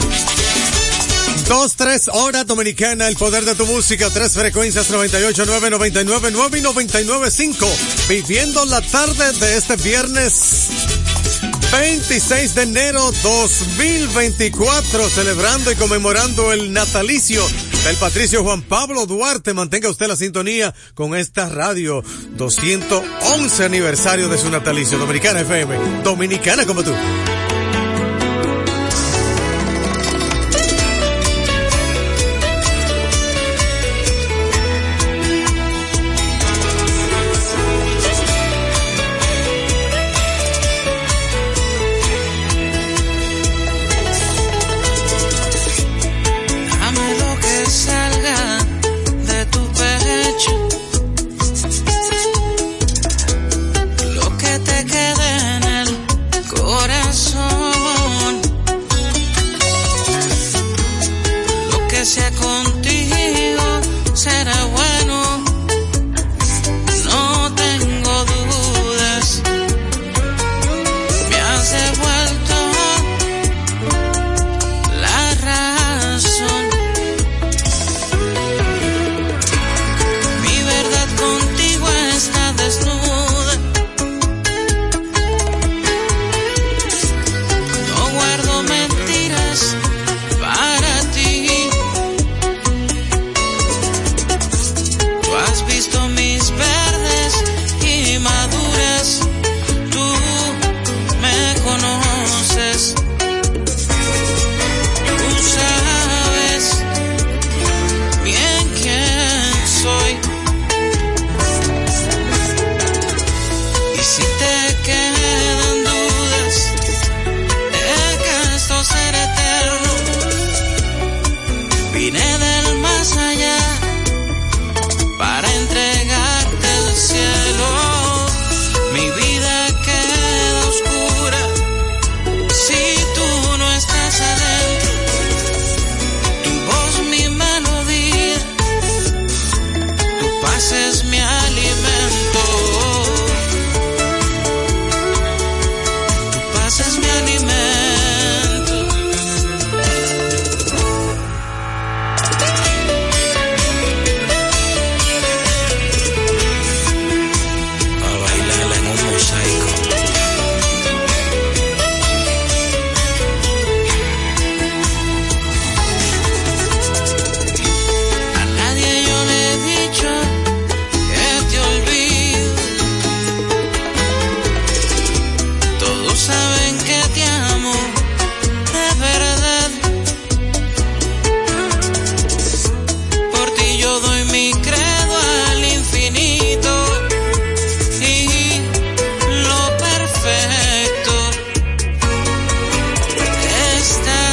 U: 2-3 horas dominicana, el poder de tu música, 3 frecuencias, 98.9, 99.9 y 99.5. Viviendo la tarde de este viernes 26 de enero 2024, celebrando y conmemorando el natalicio del patricio Juan Pablo Duarte. Mantenga usted la sintonía con esta radio, 211 aniversario de su natalicio. Dominicana FM, dominicana como tú.
V: Dame lo que salga de tu pecho, lo que te quede en el corazón, lo que sea contigo será bueno, no tengo dudas, me has devuelto la razón. Mi verdad contigo está desnuda. No guardo mentiras para ti. Tú has visto mis verdes y maduras. Tú me conoces. Tú sabes bien quién soy. Y si te quedan dudas de que esto será eterno, vine del más allá para entregarte el cielo. Mi vida queda oscura si tú no estás adentro. Tu voz, mi melodía, tu paz es mi alimento. Tu paz es mi alimento. A bailarla en un mosaico. A nadie yo le he dicho que te olvido. Todos saben que te amo de verdad. Por ti yo doy mi credo al infinito. Y lo perfecto está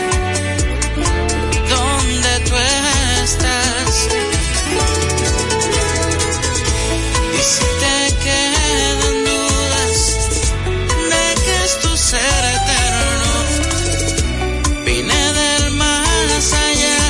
V: donde tú estás. Y si te quedan dudas de que es tu ser eterno, vine del más allá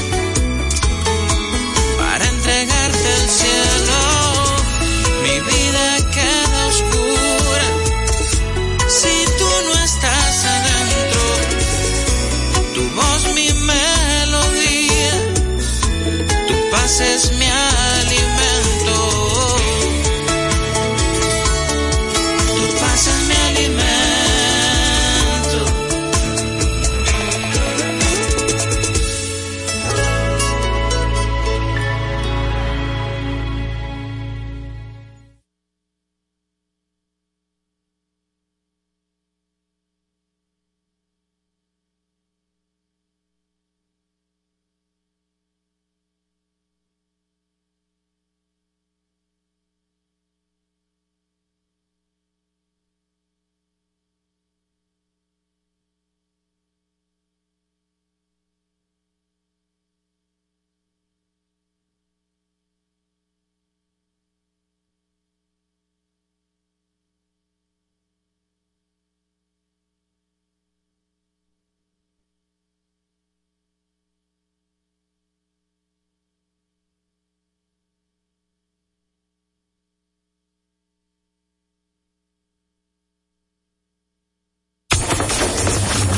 V: para entregarte el cielo. Mi vida queda oscura si tú no estás adentro. Tu voz, mi melodía, tu paz es mi alimento. Tu paz es mi alimento.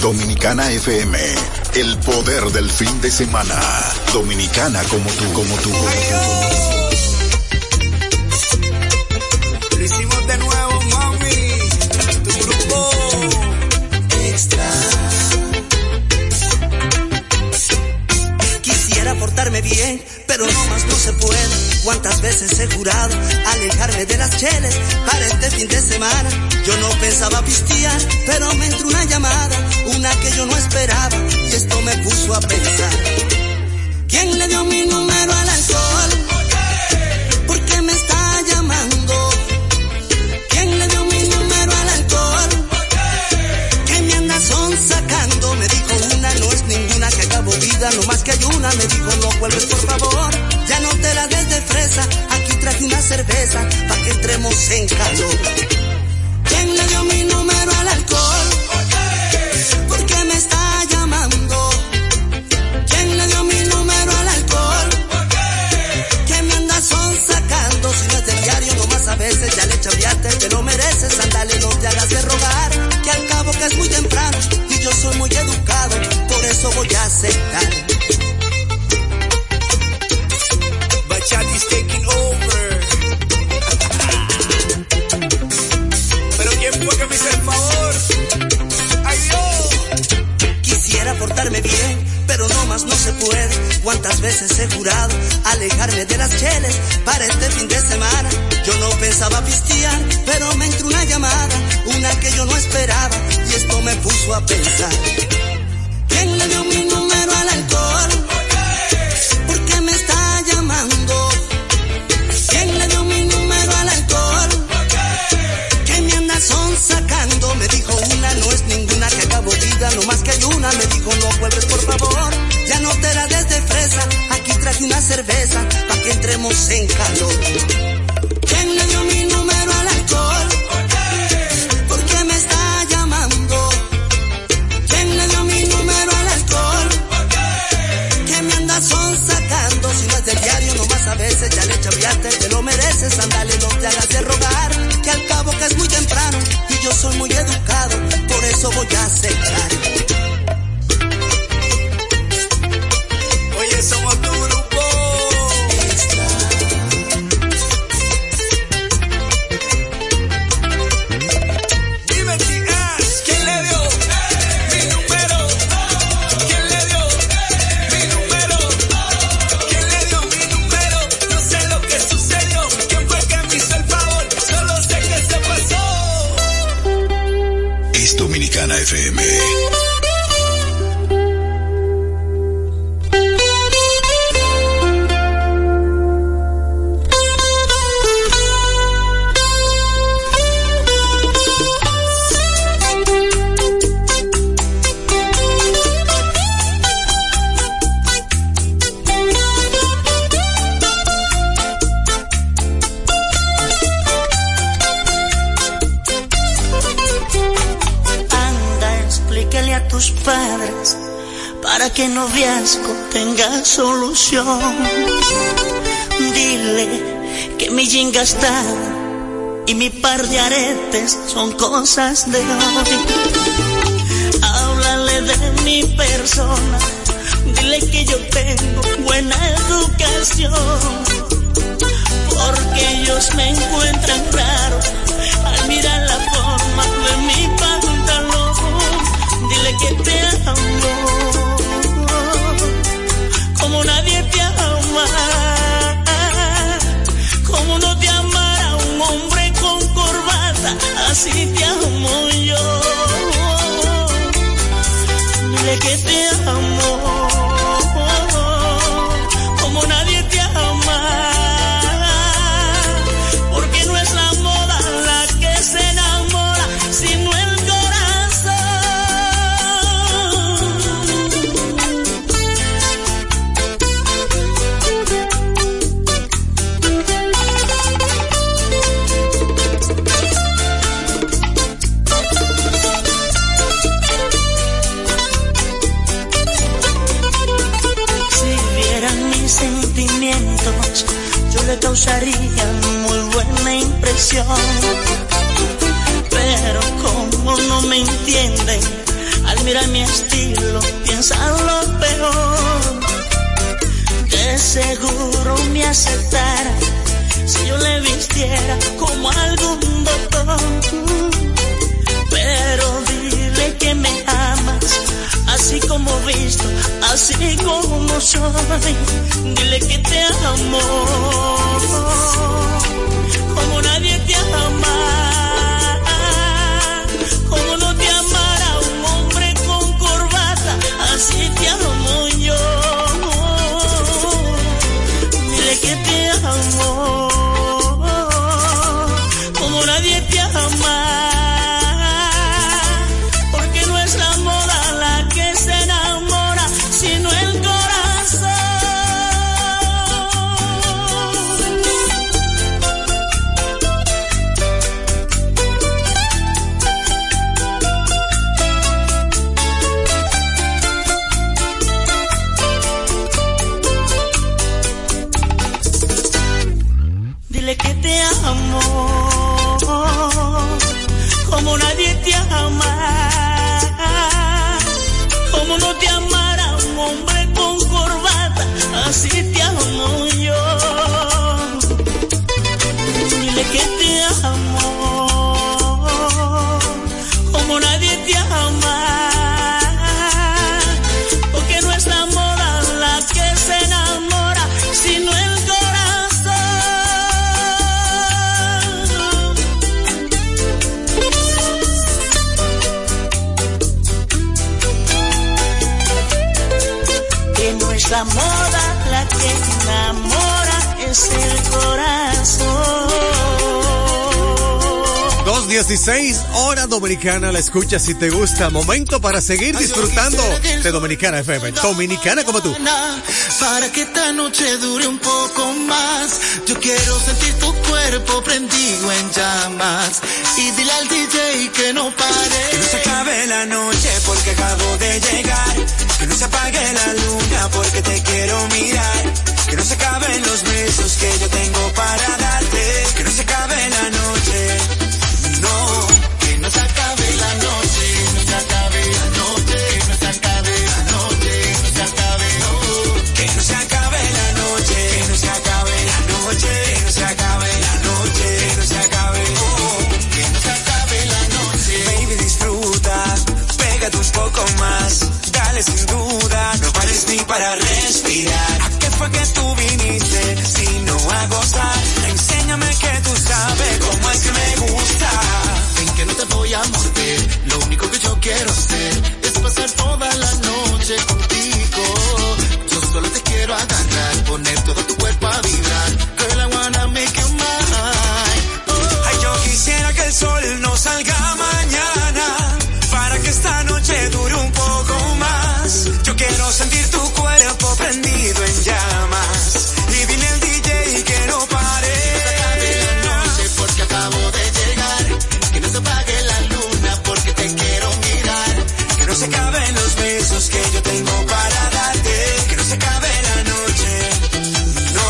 B: Dominicana FM, el poder del fin de semana. Dominicana como tú.
D: Lo hicimos de nuevo, mami. Tu grupo extra.
W: Quisiera portarme bien, pero no más no se puede. Cuántas veces he jurado alejarme de las cheles para este fin de semana. Yo no pensaba pistear, pero me entró una llamada, una que yo no esperaba, y esto me puso a pensar. ¿Quién le dio mi número al alcohol? ¿Por qué me está llamando? ¿Quién le dio mi número al alcohol? ¿Qué me anda sacando? Me dijo una, no es ninguna, que acabo vida, no más que hay una. Me dijo no vuelves por favor, ya no te la des de fresa, aquí traje una cerveza, pa' que entremos en calor. ¿Quién le dio mi número al alcohol? ¿Por qué me está llamando? ¿Quién le dio mi número al alcohol? ¿Qué me anda sacando? Si no es del diario, nomás a veces ya le chaviaste, te lo mereces, andale, no te hagas de rogar, que al cabo que es muy temprano, y yo soy muy educado, por eso voy a aceptar.
D: Bachatis taking over. Pero ¿quién fue que me hizo el favor? ¡Ay, Dios!
W: Quisiera portarme bien, pero no más no se puede. Cuántas veces he jurado alejarme de las cheles para este fin de semana. Yo no pensaba pistear, pero me entró una llamada, una que yo no esperaba, y esto me puso a pensar. ¿Quién le dio mi número al alcohol? ¿Por qué me está llamando? ¿Quién le dio mi número al alcohol? ¿Qué me anda sacando? Me dijo una, no es ninguna, que acabo vida, no más que hay una. Me dijo no vuelves por favor, ya no te la des de fresa, aquí traje una cerveza, pa' que entremos en calor. ¿Quién le dio mi número al alcohol? ¿Por qué me está llamando? ¿Quién le dio mi número al alcohol? ¿Qué me anda sacando? Si no es del diario, nomás a veces ya le chaviaste, te lo mereces, andale, no te hagas de rogar, que al cabo que es muy temprano, y yo soy muy educado, por eso voy a aceptar.
D: Oye, somos tu grupo extra. Dime, chicas, ¿quién le dio mi número? ¿Quién le dio mi número? ¿Quién le dio mi número? No sé lo que sucedió, quién fue que me hizo el favor, solo sé que se pasó.
B: Es Dominicana FM.
V: Padres para que el noviazgo tenga solución. Dile que mi jean gastado y mi par de aretes son cosas de hoy. Háblale de mi persona, dile que yo tengo buena educación, porque ellos me encuentran raro al mirar la forma de mi pantalón. Dile que te amo, como nadie te ama, como no te amará un hombre con corbata, así te amo yo. Dile que te amo, como nadie te ama, porque no es la moda la que se enamora, sino el yo le causaría muy buena impresión, pero como no me entienden, al mira mi estilo, piensa lo peor. De seguro me aceptara si yo le vistiera como algún doctor. Pero dile que me amas, así como visto, así como soy. Dile que te amo, como nadie te ama, como no te amara un hombre con corbata, así te amo yo. Dile que te amo, como nadie te ama. Que te amo, como nadie te ama, como no te amara un hombre con corbata, así te amo yo. Dile que te amo, como nadie te ama, porque no es la moda la que se enamora, sino el la moda la que enamora, es el corazón.
U: 2:16, hora dominicana, la escuchas si te gusta. Momento para seguir disfrutando de Dominicana FM. Dominicana como tú.
S: Para que esta noche dure un poco más, yo quiero sentir tu cuerpo prendido en llamas. Y dile al DJ que no pare, que no se acabe la noche porque acabo de llegar. Que no se apague la luna porque te quiero mirar. Que no se acaben los besos que yo tengo para darte. Que no se acabe la noche. No, que no se acabe la noche. No se acabe la noche. No se acabe la noche. No se acabe, no. Que no se acabe la noche. Que no se acabe la noche. Que no se acabe la noche. Que no se acabe, que no se acabe la noche. Baby, disfruta. Pégate un poco más. Dale sin duda, no pares ni para respirar. ¿A qué fue que tú viniste? Si no a gozar, enséñame que tú sabes cómo es que me gusta. Ven que no te voy a morder, lo único que yo quiero hacer es pasar toda la noche contigo. Yo solo te quiero agarrar, poner todo tu cuerpo a vibrar. Girl, I wanna make you mine. Oh. Ay, yo quisiera que el sol no salga mañana, para que esta noche dure un poco más. Yo quiero sentir tu cuerpo prendido en llamas. Y dile al DJ que no pare. Que no se acabe la noche porque acabo de llegar. Que no se apague la luna porque te quiero mirar. Que no se acaben los besos que yo tengo para darte. Que no se acabe la noche. No,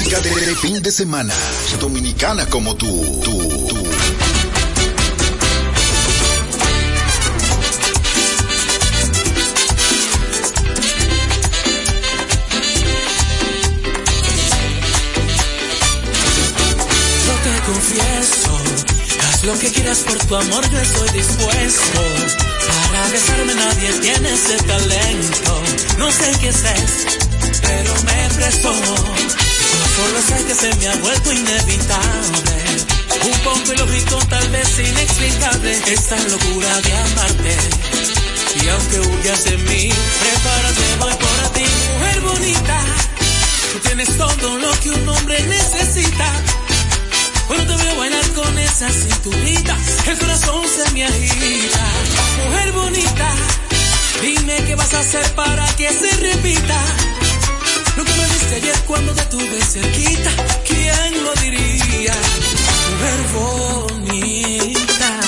B: música de fin de semana. Dominicana como tú.
V: Confieso, haz lo que quieras por tu amor, yo estoy dispuesto. Para besarme nadie tiene ese talento. No sé qué es, pero me prestó. Yo solo sé que se me ha vuelto inevitable. Un poco ilógico, tal vez inexplicable, esta locura de amarte. Y aunque huyas de mí, prepárate, voy por ti. Mujer bonita, tú tienes todo lo que un hombre necesita. Cuando te veo bailar con esa cinturita, el corazón se me agita. Mujer bonita, dime qué vas a hacer para que se repita. Lo que me diste ayer cuando te tuve cerquita, ¿quién lo diría? Mujer bonita.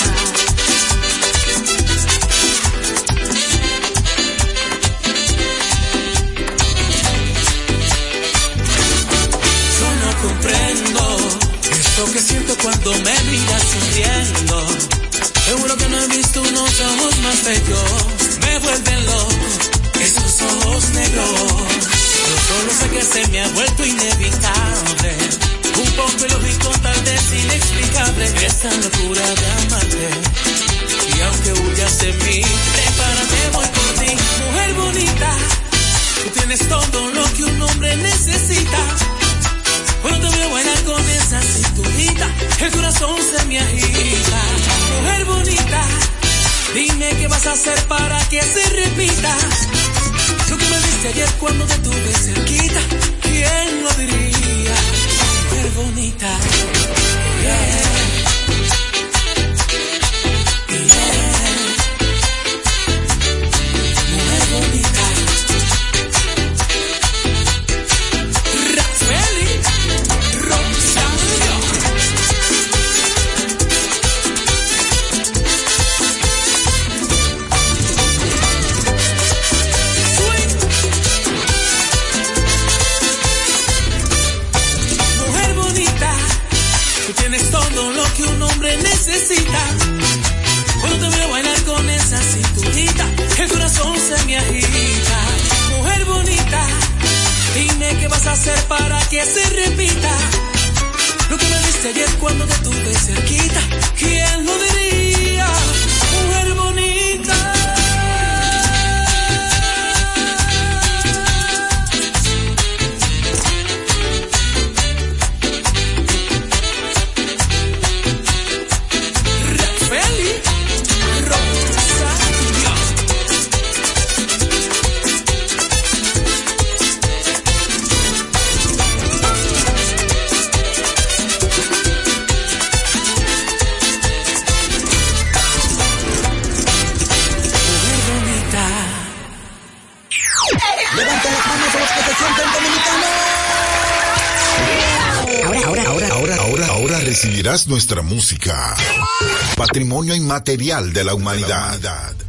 V: Yo no comprendo lo que siento cuando me miras sonriendo. Seguro que no he visto unos ojos más bellos. Me vuelven loco esos ojos negros. Yo solo sé que se me ha vuelto inevitable. Un poco ilógico, tal vez inexplicable, esta locura de amarte. Y aunque huyas de mí, prepárate, voy por ti. Mujer bonita, tú tienes todo lo que un hombre necesita. Cuando te veo bailar con esa cinturita, el corazón se me agita. Mujer bonita, dime qué vas a hacer para que se repita. Lo que me diste ayer cuando te tuve cerquita, ¿quién lo diría? Mujer bonita, yeah. Necesita. Cuando te veo bailar con esa cinturita, el corazón se me agita. Mujer bonita, dime qué vas a hacer para que se repita. Lo que me diste ayer cuando te tuve cerquita, ¿quién lo diría? Mujer bonita.
B: Ahora recibirás nuestra música, patrimonio inmaterial de la humanidad.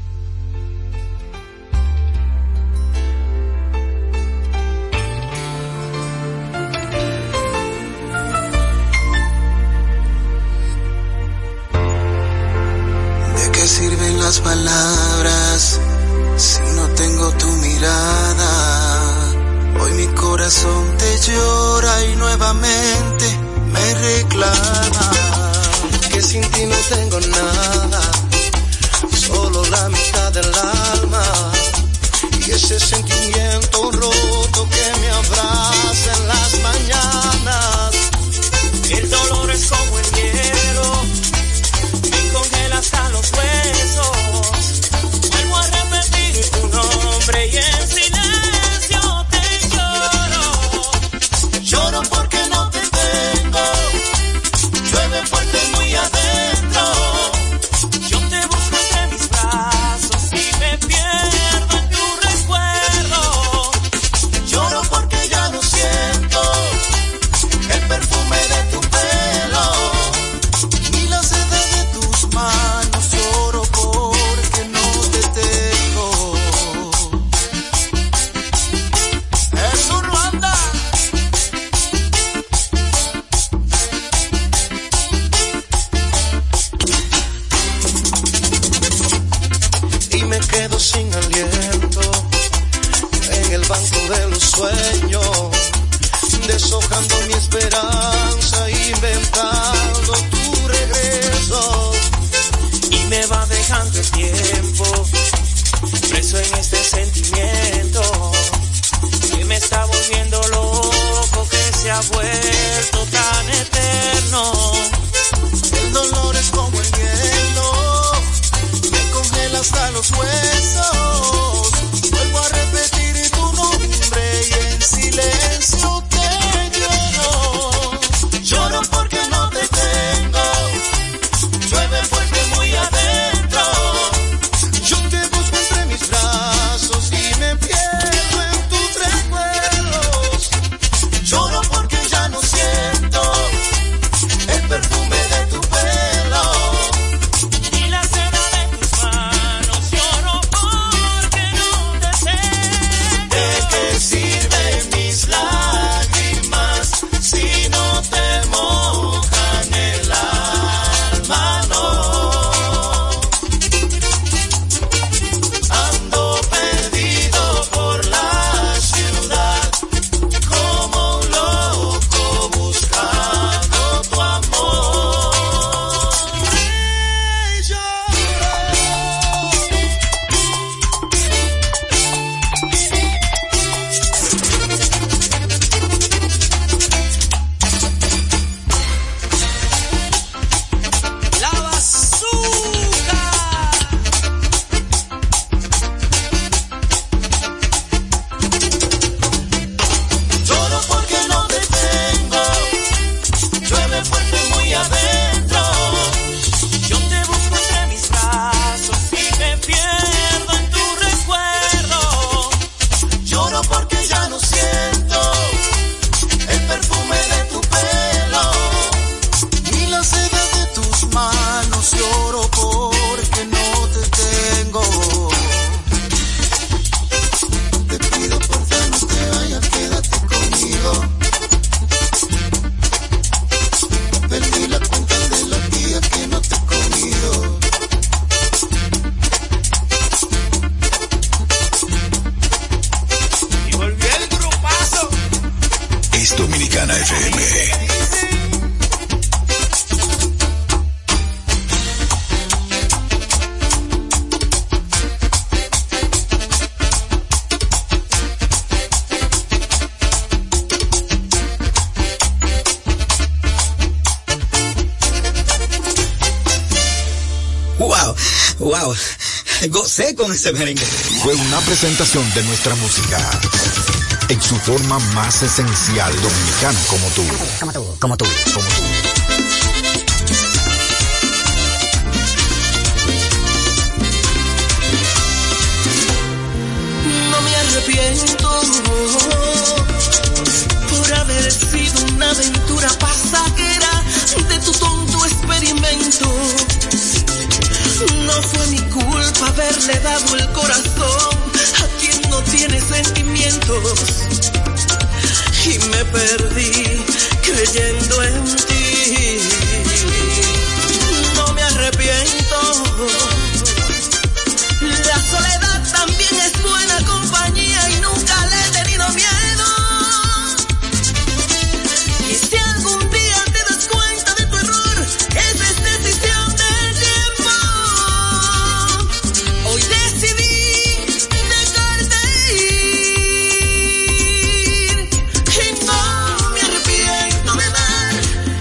S: ¿De qué sirven las palabras si no tengo tu mirada? Hoy mi corazón te llora y nuevamente me reclama que sin ti no tengo nada, solo la mitad del alma y ese sentimiento roto que me abraza en las mañanas. El dolor es como el hielo, me congela hasta los huesos. Vuelvo a repetir tu nombre y en silencio te lloro. Lloro porque no te tengo. Llueve fuerte muy adentro. Yo te busco entre mis brazos y me pierdo. banco de los sueños, deshojando mi esperanza, inventando tu regreso. Y me va dejando el tiempo, preso en este sentimiento, que me está volviendo loco, que se ha vuelto tan eterno. El dolor es como el hielo, me congela hasta los huesos. Vuelvo a repetir tu nombre y en silencio te lloro. Lloro porque no te tengo, llueve fuerte muy adentro. Yo te busco entre mis brazos y me pierdo en tus recuerdos. Lloro porque ya no siento el perfume de tu pelo y la seda de tus manos. Lloro porque no te tengo. ¿De qué sirven mis lágrimas si no te mojan el alma? No. Ando perdido por la ciudad como un loco buscando tu amor. La bazooka. Lloro porque no te tengo, llueve fuerte muy adentro. Yo te busco entre mis brazos y me pierdo en tu recuerdo. Lloro porque ya no siento el perfume de tu pelo ni la seda de tus manos. Lloro porque no te tengo. Te pido por favor no te vayas, quédate conmigo. Perdí la cuenta de los días que no te he comido. Y volvió el grupazo.
B: Es Dominicana FM.
I: Wow, gocé con ese merengue.
B: Fue una presentación de nuestra música en su forma más esencial, dominicano como tú.
I: Como tú.
V: No me arrepiento por haber sido una aventura pasajera de tu tonto experimento. No fue mi culpa haberle dado el corazón a quien no tiene sentimientos. Y me perdí creyendo en ti. No me arrepiento. La soledad también es buena compañía y nunca le he tenido miedo. Y si algún día te das cuenta de tu error, esa es decisión del tiempo. Hoy decidí dejarte ir y no me arrepiento de dar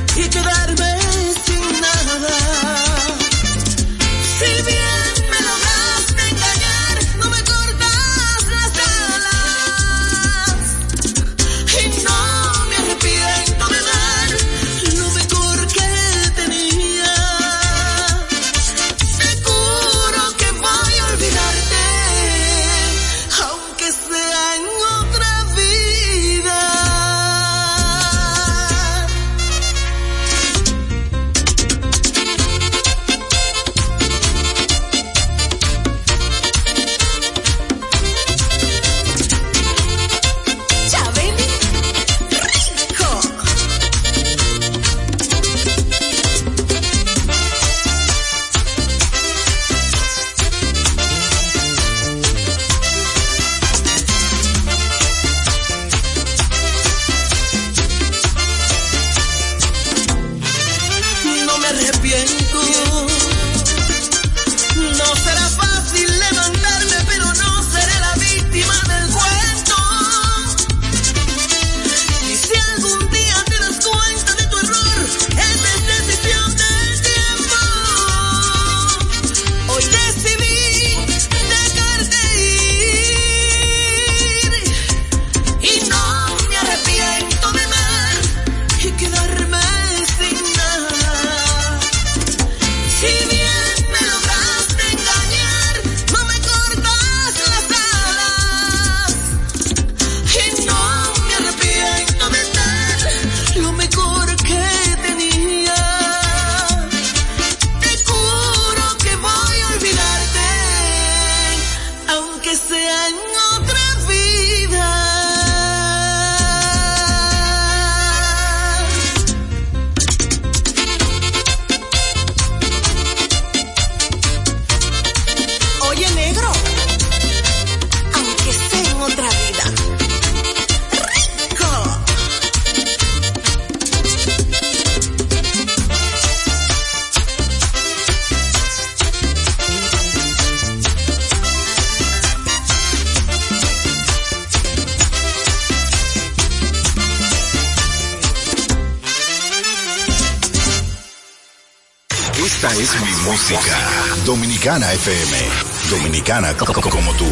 B: Esta es mi música. Dominicana FM. Dominicana como tú.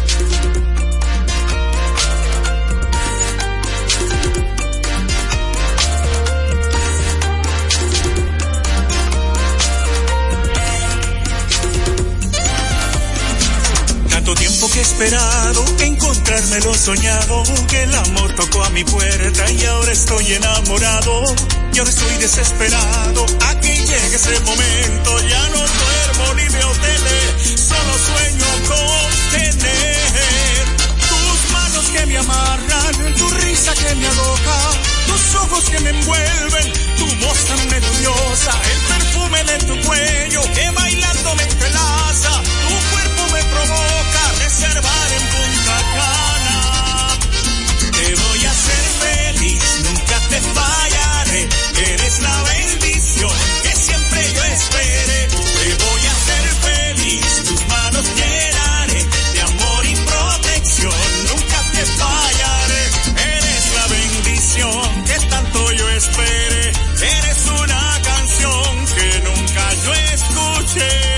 K: Tiempo que he esperado, encontrarme lo soñado, que el amor tocó a mi puerta y ahora estoy enamorado, y ahora estoy desesperado, a que llegue ese momento, ya no duermo ni veo tele, solo sueño con tener tus manos que me amarran, tu risa que me aloja, tus ojos que me envuelven, tu voz tan melodiosa, el perfume de tu cuello que bailando me entrelaza, tu cuerpo me provoca reservar en Punta Cana. Te voy a hacer feliz, nunca te fallaré, eres la bendición que siempre yo esperé. Te voy a hacer feliz, tus manos llenaré de amor y protección, nunca te fallaré, eres la bendición que tanto yo esperé, eres una canción que nunca yo escuché.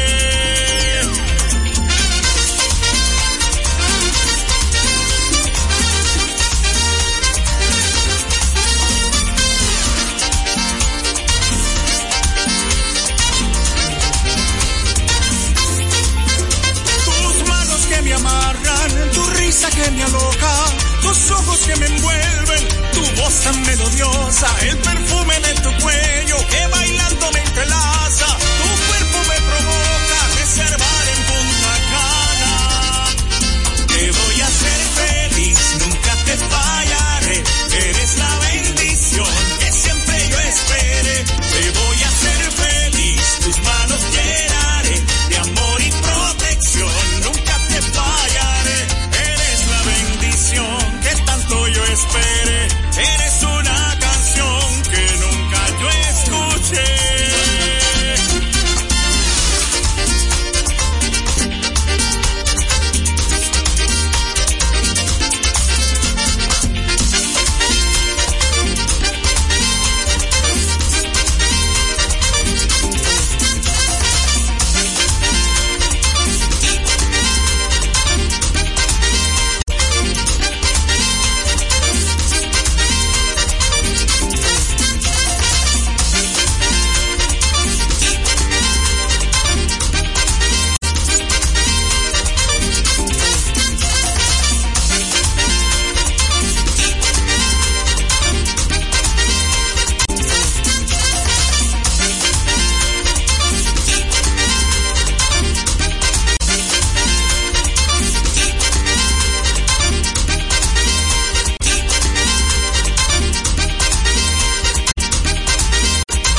K: Que me aloja, tus ojos que me envuelven, tu voz tan melodiosa, el perfume